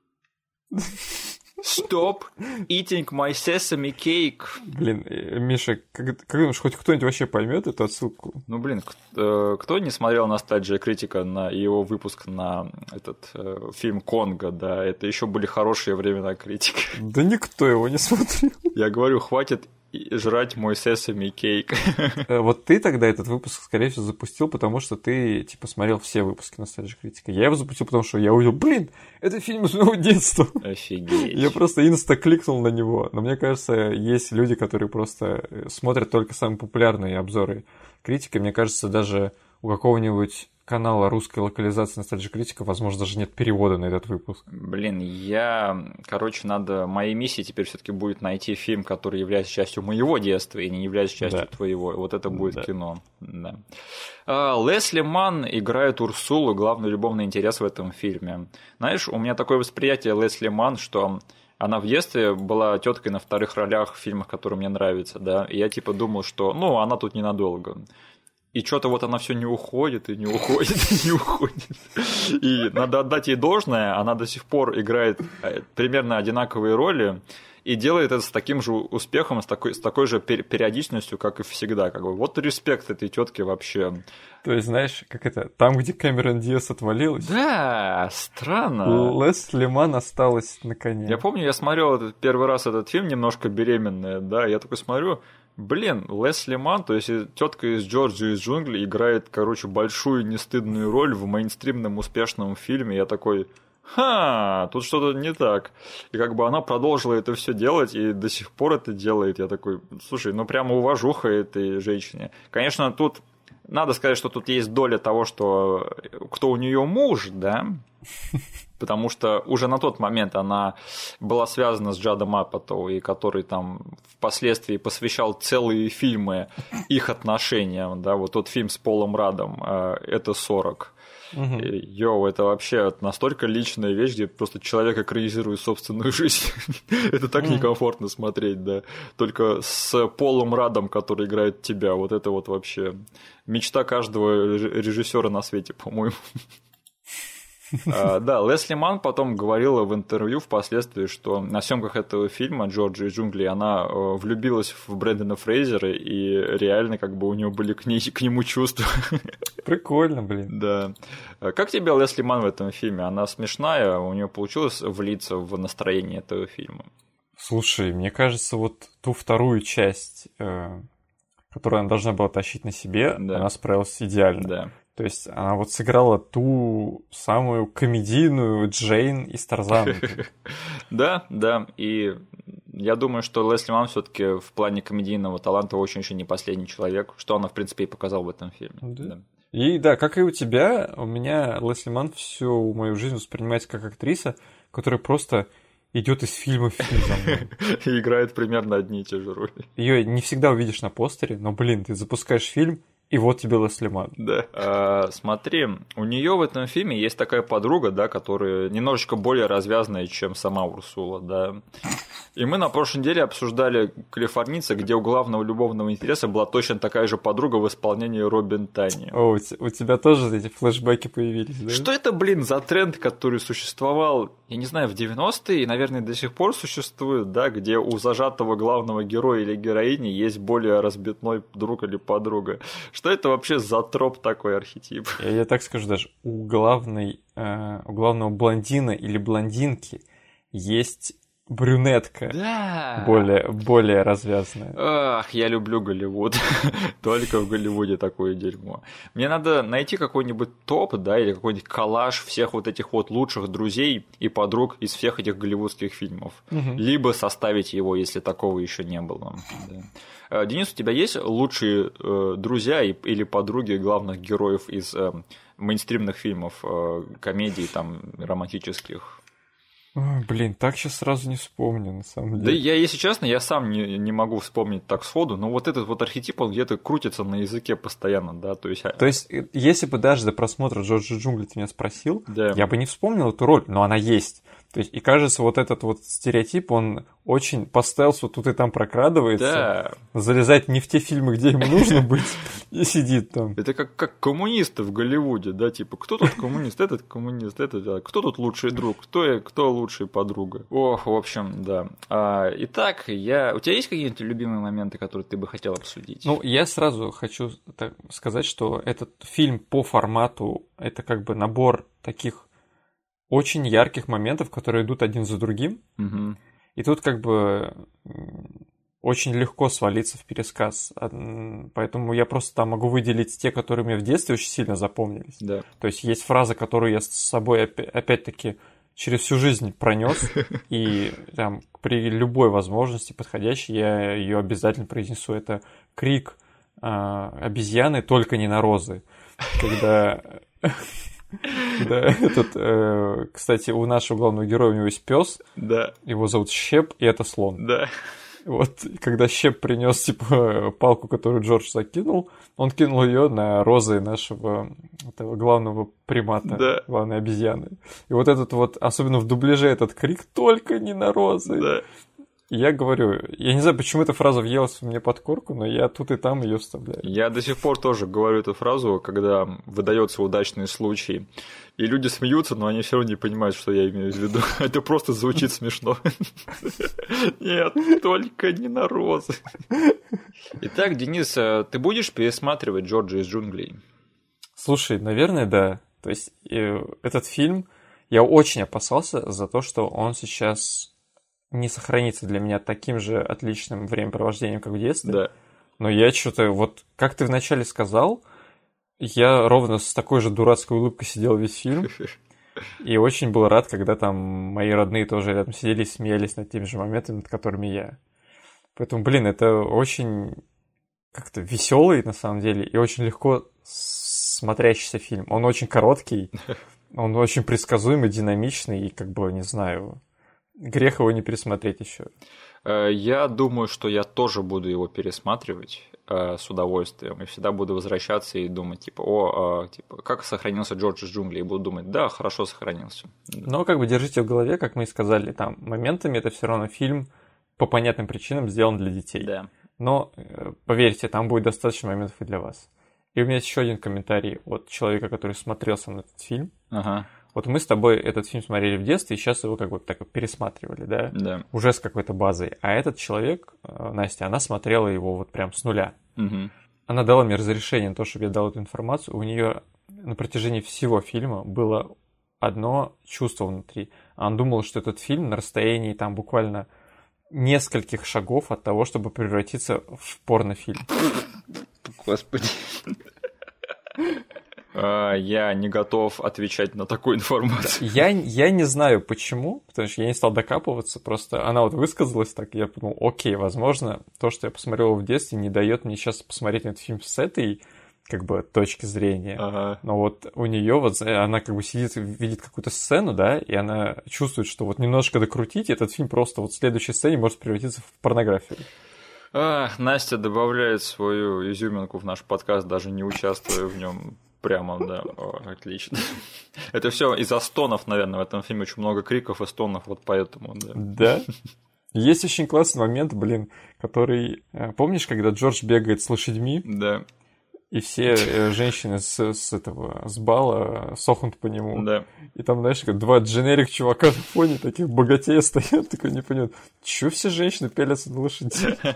[SPEAKER 1] Stop eating my sesame cake.
[SPEAKER 2] Блин, Миша, как думаешь, хоть кто-нибудь вообще поймет эту отсылку?
[SPEAKER 1] Ну, блин, кто не смотрел «Ностальджия критика» на его выпуск на этот фильм «Конго», да, это еще были хорошие времена критики.
[SPEAKER 2] Да никто его не смотрел.
[SPEAKER 1] Я говорю, хватит жрать мой sesame cake.
[SPEAKER 2] Вот ты тогда этот выпуск, скорее всего, запустил, потому что ты, типа, смотрел все выпуски «Ностальджи критика». Я его запустил, потому что я увидел, блин, это фильм из моего детства.
[SPEAKER 1] Офигеть.
[SPEAKER 2] Я просто инста кликнул на него. Но мне кажется, есть люди, которые просто смотрят только самые популярные обзоры критики. Мне кажется, даже у какого-нибудь канала русской локализации «Ностальджи критика», возможно, даже нет перевода на этот выпуск.
[SPEAKER 1] Блин, надо... Моей миссией теперь все-таки будет найти фильм, который является частью моего детства и не является частью твоего. Вот это будет кино. Да. Лесли Манн играет Урсулу, главный любовный интерес в этом фильме. Знаешь, у меня такое восприятие Лесли Манн, что она в детстве была теткой на вторых ролях в фильмах, которые мне нравятся, да, и я типа думал, что, она тут ненадолго. И что-то вот она все не уходит, и не уходит, и не уходит. И надо отдать ей должное, она до сих пор играет примерно одинаковые роли и делает это с таким же успехом, с такой же периодичностью, как и всегда. Как бы. Вот респект этой тетке вообще.
[SPEAKER 2] То есть, знаешь, как это, там, где Кэмерон Диас отвалилась.
[SPEAKER 1] Да, странно.
[SPEAKER 2] Лесли Манн осталась на коне.
[SPEAKER 1] Я помню, я смотрел первый раз этот фильм немножко беременная, да, я такой смотрю, блин, Лесли Манн, то есть тетка из Джорджии из джунглей играет, большую нестыдную роль в мейнстримном успешном фильме. Я такой, тут что-то не так. И как бы она продолжила это все делать и до сих пор это делает. Я такой, слушай, прямо уважуха этой женщине. Конечно, тут надо сказать, что тут есть доля того, что кто у нее муж, да, потому что уже на тот момент она была связана с Джадом Апатоу, и который там впоследствии посвящал целые фильмы их отношениям, да, вот тот фильм с Полом Раддом, это 40. Йоу, это вообще настолько личная вещь, где просто человек экранизирует собственную жизнь. Это так некомфортно смотреть, да. Только с Полом Раддом, который играет тебя, вот это вот вообще мечта каждого режиссера на свете, по-моему. Да, Лесли Манн потом говорила в интервью впоследствии, что на съемках этого фильма «Джорджия из джунглей» она влюбилась в Брэндона Фрейзера, и реально как бы у нее были к нему чувства.
[SPEAKER 2] Прикольно, блин.
[SPEAKER 1] Да. Как тебе Лесли Манн в этом фильме? Она смешная, у нее получилось влиться в настроение этого фильма?
[SPEAKER 2] Слушай, мне кажется, вот ту вторую часть, которую она должна была тащить на себе, она справилась идеально.
[SPEAKER 1] Да.
[SPEAKER 2] То есть она вот сыграла ту самую комедийную Джейн из Тарзана.
[SPEAKER 1] Да, да, и я думаю, что Лесли Манн все-таки в плане комедийного таланта очень еще не последний человек, что она, в принципе, и показала в этом фильме. Да.
[SPEAKER 2] И да, как и у тебя, у меня Лесли Манн всю мою жизнь воспринимается как актриса, которая просто идет из фильма в фильм за мной.
[SPEAKER 1] И играет примерно одни и те же роли.
[SPEAKER 2] Ее не всегда увидишь на постере, но, блин, ты запускаешь фильм, и вот тебе Лесли Манн.
[SPEAKER 1] Да. Смотри, у нее в этом фильме есть такая подруга, да, которая немножечко более развязная, чем сама Урсула, да. И мы на прошлой неделе обсуждали «Калифорнийца», где у главного любовного интереса была точно такая же подруга в исполнении Робин Тани.
[SPEAKER 2] О, у тебя тоже эти флешбеки появились, да?
[SPEAKER 1] Что это, за тренд, который существовал, я не знаю, в 90-е и, наверное, до сих пор существует, да, где у зажатого главного героя или героини есть более разбитной друг или подруга. Что это вообще за троп такой архетип?
[SPEAKER 2] Я так скажу даже, у главного блондина или блондинки есть брюнетка,
[SPEAKER 1] Да.
[SPEAKER 2] более развязанная.
[SPEAKER 1] Ах, я люблю Голливуд. Только в Голливуде такое дерьмо. Мне надо найти какой-нибудь топ, да, или какой-нибудь коллаж всех вот этих вот лучших друзей и подруг из всех этих голливудских фильмов. Либо составить его, если такого еще не было. Да. Денис, у тебя есть лучшие друзья или подруги главных героев из мейнстримных фильмов, комедий, там, романтических?
[SPEAKER 2] Блин, так сейчас сразу не вспомню, на самом деле.
[SPEAKER 1] Да я, если честно, я сам не могу вспомнить так сходу, но вот этот вот архетип, он где-то крутится на языке постоянно, да, то есть...
[SPEAKER 2] если бы даже до просмотра Джорджа Джунгли ты меня спросил,
[SPEAKER 1] да.
[SPEAKER 2] Я бы не вспомнил эту роль, но она есть. То есть, и кажется, вот этот вот стереотип, он очень по стелсу тут и там прокрадывается,
[SPEAKER 1] да.
[SPEAKER 2] Залезать не в те фильмы, где ему нужно быть, и сидит там.
[SPEAKER 1] Это как коммунисты в Голливуде, да, типа, кто тут коммунист, этот коммунист, кто тут лучший друг, кто лучшая подруга. Ох, в общем, да. Итак, у тебя есть какие-нибудь любимые моменты, которые ты бы хотел обсудить?
[SPEAKER 2] Ну, я сразу хочу сказать, что этот фильм по формату, это как бы набор таких очень ярких моментов, которые идут один за другим.
[SPEAKER 1] Угу.
[SPEAKER 2] И тут как бы очень легко свалиться в пересказ. Поэтому я просто там могу выделить те, которые мне в детстве очень сильно запомнились.
[SPEAKER 1] Да.
[SPEAKER 2] То есть есть фраза, которую я с собой опять-таки через всю жизнь пронес, и там при любой возможности подходящей я ее обязательно произнесу. Это крик обезьяны, только не на розы. Когда... Да, кстати, у нашего главного героя у него есть пес.
[SPEAKER 1] Да.
[SPEAKER 2] Его зовут Щеп, и это слон.
[SPEAKER 1] Да.
[SPEAKER 2] Вот, когда Щеп принес типа палку, которую Джордж закинул, он кинул ее на розы нашего этого главного примата,
[SPEAKER 1] да.
[SPEAKER 2] Главной обезьяны. И вот этот вот, особенно в дубляже, этот крик «Только не на розы!»
[SPEAKER 1] Да.
[SPEAKER 2] Я говорю, я не знаю, почему эта фраза въелась мне под корку, но я тут и там ее вставляю.
[SPEAKER 1] Я до сих пор тоже говорю эту фразу, когда выдается удачный случай. И люди смеются, но они все равно не понимают, что я имею в виду. Это просто звучит смешно. Нет, только не на розы. Итак, Денис, ты будешь пересматривать Джорджа из джунглей?
[SPEAKER 2] Слушай, наверное, да. То есть этот фильм, я очень опасался за то, что он сейчас не сохранится для меня таким же отличным времяпровождением, как в детстве.
[SPEAKER 1] Да.
[SPEAKER 2] Но я что-то, вот как ты вначале сказал, я ровно с такой же дурацкой улыбкой сидел весь фильм. И очень был рад, когда там мои родные тоже рядом сидели и смеялись над теми же моментами, над которыми я. Поэтому, блин, это очень как-то веселый, на самом деле, и очень легко смотрящийся фильм. Он очень короткий, он очень предсказуемый, динамичный, и как бы, не знаю... Грех его не пересмотреть еще.
[SPEAKER 1] Я думаю, что я тоже буду его пересматривать с удовольствием. И всегда буду возвращаться и думать, типа, как сохранился Джордж из джунглей. И буду думать, да, хорошо сохранился.
[SPEAKER 2] Но как бы держите в голове, как мы и сказали, там моментами это все равно фильм по понятным причинам сделан для детей.
[SPEAKER 1] Да.
[SPEAKER 2] Но, поверьте, там будет достаточно моментов и для вас. И у меня есть еще один комментарий от человека, который смотрел со мной этот фильм.
[SPEAKER 1] Ага.
[SPEAKER 2] Вот мы с тобой этот фильм смотрели в детстве, и сейчас его как бы так пересматривали, да?
[SPEAKER 1] Да.
[SPEAKER 2] Уже с какой-то базой. А этот человек, Настя, она смотрела его вот прям с нуля.
[SPEAKER 1] Угу.
[SPEAKER 2] Она дала мне разрешение на то, чтобы я дал эту информацию. У нее на протяжении всего фильма было одно чувство внутри. Она думала, что этот фильм на расстоянии там буквально нескольких шагов от того, чтобы превратиться в порнофильм.
[SPEAKER 1] Господи. Я не готов отвечать на такую информацию.
[SPEAKER 2] Я не знаю почему, потому что я не стал докапываться, просто она вот высказалась так, и я подумал, окей, возможно, то, что я посмотрел в детстве, не дает мне сейчас посмотреть на этот фильм с этой как бы точки зрения.
[SPEAKER 1] Ага.
[SPEAKER 2] Но вот у нее вот она как бы сидит, видит какую-то сцену, да, и она чувствует, что вот немножко докрутить, и этот фильм просто вот в следующей сцене может превратиться в порнографию.
[SPEAKER 1] Настя добавляет свою изюминку в наш подкаст, даже не участвуя в нем. Прямо, да. Отлично. Это все из-за стонов, наверное, в этом фильме очень много криков и стонов, вот поэтому, да.
[SPEAKER 2] Да? Есть очень классный момент, блин, который... Помнишь, когда Джордж бегает с лошадьми?
[SPEAKER 1] Да.
[SPEAKER 2] И все женщины с бала сохнут по нему.
[SPEAKER 1] Да.
[SPEAKER 2] И там, знаешь, два дженерик чувака на фоне таких богатеев стоят, такой не понимают, чё все женщины пялятся на лошадей?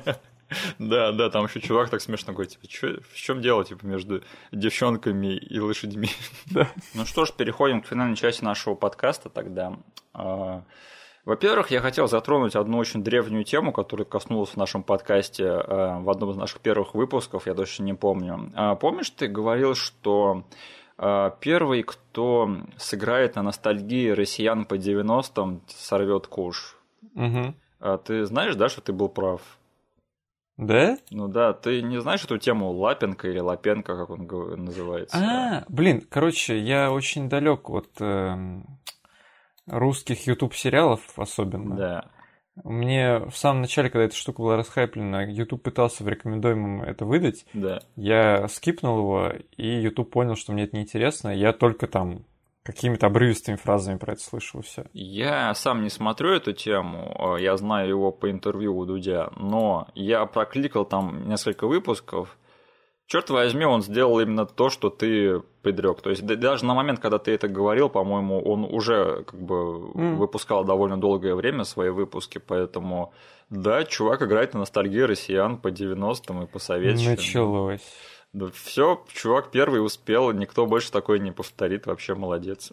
[SPEAKER 1] Да, да, там еще чувак так смешно говорит, типа, в чем дело, типа, между девчонками и лошадьми?
[SPEAKER 2] Да.
[SPEAKER 1] Ну что ж, переходим к финальной части нашего подкаста тогда. Во-первых, я хотел затронуть одну очень древнюю тему, которая коснулась в нашем подкасте в одном из наших первых выпусков, я точно не помню. Помнишь, ты говорил, что первый, кто сыграет на ностальгии россиян по 90-м, сорвет куш?
[SPEAKER 2] Угу.
[SPEAKER 1] Ты знаешь, да, что ты был прав?
[SPEAKER 2] Да?
[SPEAKER 1] Ну да, ты не знаешь эту тему Лапенко или Лапенко, как он называется?
[SPEAKER 2] Блин, короче, я очень далек от русских YouTube сериалов особенно.
[SPEAKER 1] Да.
[SPEAKER 2] Мне в самом начале, когда эта штука была расхайплена, YouTube пытался в рекомендуемом это выдать.
[SPEAKER 1] Да.
[SPEAKER 2] Я скипнул его, и YouTube понял, что мне это неинтересно. Я только там какими-то обрывистыми фразами про это слышал, и все.
[SPEAKER 1] Я сам не смотрю эту тему, я знаю его по интервью у Дудя, но я прокликал там несколько выпусков. Черт возьми, он сделал именно то, что ты предрек. То есть даже на момент, когда ты это говорил, по-моему, он уже как бы выпускал довольно долгое время свои выпуски, поэтому да, чувак играет на ностальгии россиян по 90-м и по советским.
[SPEAKER 2] Началось.
[SPEAKER 1] Да все, чувак первый успел, никто больше такое не повторит, вообще молодец.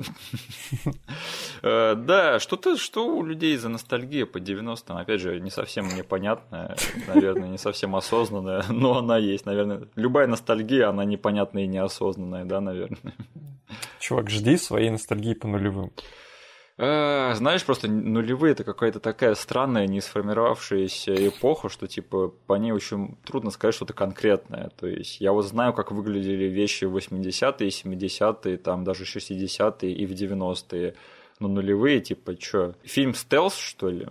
[SPEAKER 1] Да, что у людей за ностальгия по 90-м, опять же, не совсем непонятная, наверное, не совсем осознанная, но она есть, наверное. Любая ностальгия, она непонятная и неосознанная, да, наверное.
[SPEAKER 2] Чувак, жди своей ностальгии по нулевым.
[SPEAKER 1] Знаешь, просто нулевые это какая-то такая странная, не сформировавшаяся эпоха, что типа по ней очень трудно сказать что-то конкретное. То есть я вот знаю, как выглядели вещи в 80-е, 70-е, там даже 60-е и в 90-е. Но нулевые, типа, чё? Фильм «Стелс», что ли?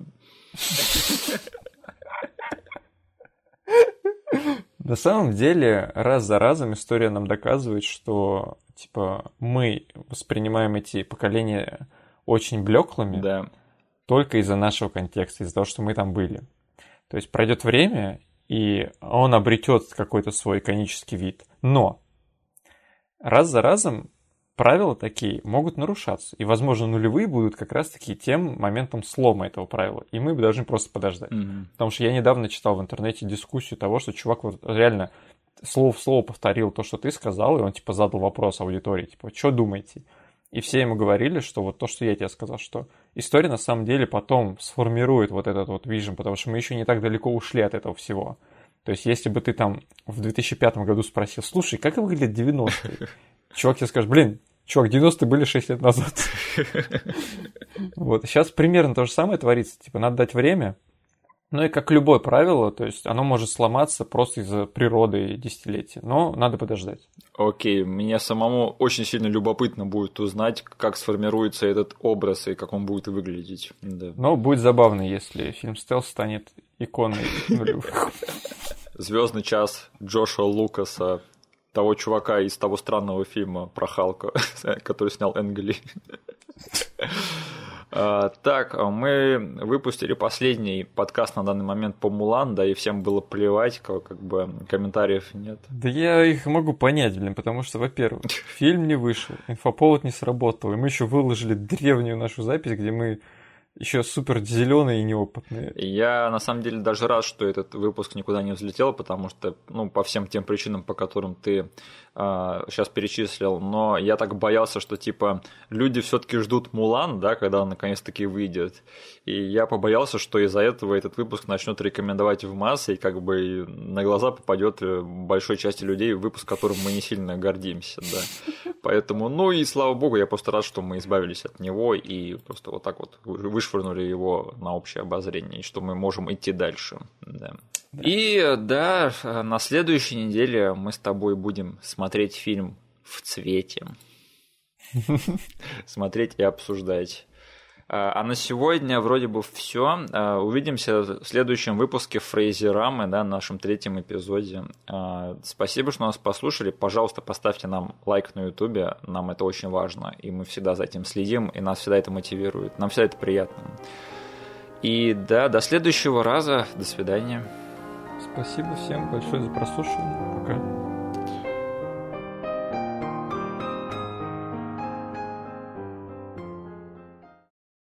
[SPEAKER 2] На самом деле, раз за разом история нам доказывает, что типа мы воспринимаем эти поколения очень блеклыми,
[SPEAKER 1] да,
[SPEAKER 2] только из-за нашего контекста, из-за того, что мы там были. То есть пройдет время, и он обретет какой-то свой иконический вид. Но раз за разом правила такие могут нарушаться. И, возможно, нулевые будут как раз-таки тем моментом слома этого правила. И мы должны просто подождать. Потому что я недавно читал в интернете дискуссию того, что чувак вот реально слово в слово повторил то, что ты сказал, и он типа задал вопрос аудитории, типа, что думаете? И все ему говорили, что вот то, что я тебе сказал, что история на самом деле потом сформирует вот этот вот вижен, потому что мы еще не так далеко ушли от этого всего. То есть, если бы ты там в 2005 году спросил, слушай, как выглядят 90-е? Чувак тебе скажет, блин, чувак, 90-е были 6 лет назад. Вот, сейчас примерно то же самое творится. Типа, надо дать время. Ну и как любое правило, то есть оно может сломаться просто из-за природы и десятилетия. Но надо подождать.
[SPEAKER 1] Окей, мне самому очень сильно любопытно будет узнать, как сформируется этот образ и как он будет выглядеть. Да.
[SPEAKER 2] Но будет забавно, если фильм «Стелс» станет иконой нулевых.
[SPEAKER 1] «Звездный час» Джоша Лукаса, того чувака из того странного фильма про Халка, который снял Энг Ли. Так, мы выпустили последний подкаст на данный момент по Мулан, да, и всем было плевать, как бы комментариев нет.
[SPEAKER 2] Да я их могу понять, блин, потому что, во-первых, фильм не вышел, инфоповод не сработал, и мы еще выложили древнюю нашу запись, где мы еще супер зеленые и неопытные.
[SPEAKER 1] Я на самом деле даже рад, что этот выпуск никуда не взлетел, потому что, ну, по всем тем причинам, по которым ты сейчас перечислил, но я так боялся, что типа люди все-таки ждут Мулан, да, когда он наконец-таки выйдет. И я побоялся, что из-за этого этот выпуск начнет рекомендовать в массы, и как бы на глаза попадет большой части людей выпуск, которым мы не сильно гордимся, да. Поэтому, ну и слава богу, я просто рад, что мы избавились от него и просто вот так вот вышвырнули его на общее обозрение, и что мы можем идти дальше. Да. И да, на следующей неделе мы с тобой будем смотреть фильм в цвете. Смотреть и обсуждать. А на сегодня вроде бы все. Увидимся в следующем выпуске Фрейзерамы, да, нашем 3-м эпизоде. Спасибо, что нас послушали. Пожалуйста, поставьте нам лайк на Ютубе. Нам это очень важно. И мы всегда за этим следим, и нас всегда это мотивирует. Нам всегда это приятно. И да, до следующего раза. До свидания.
[SPEAKER 2] Спасибо всем большое за прослушивание. Пока.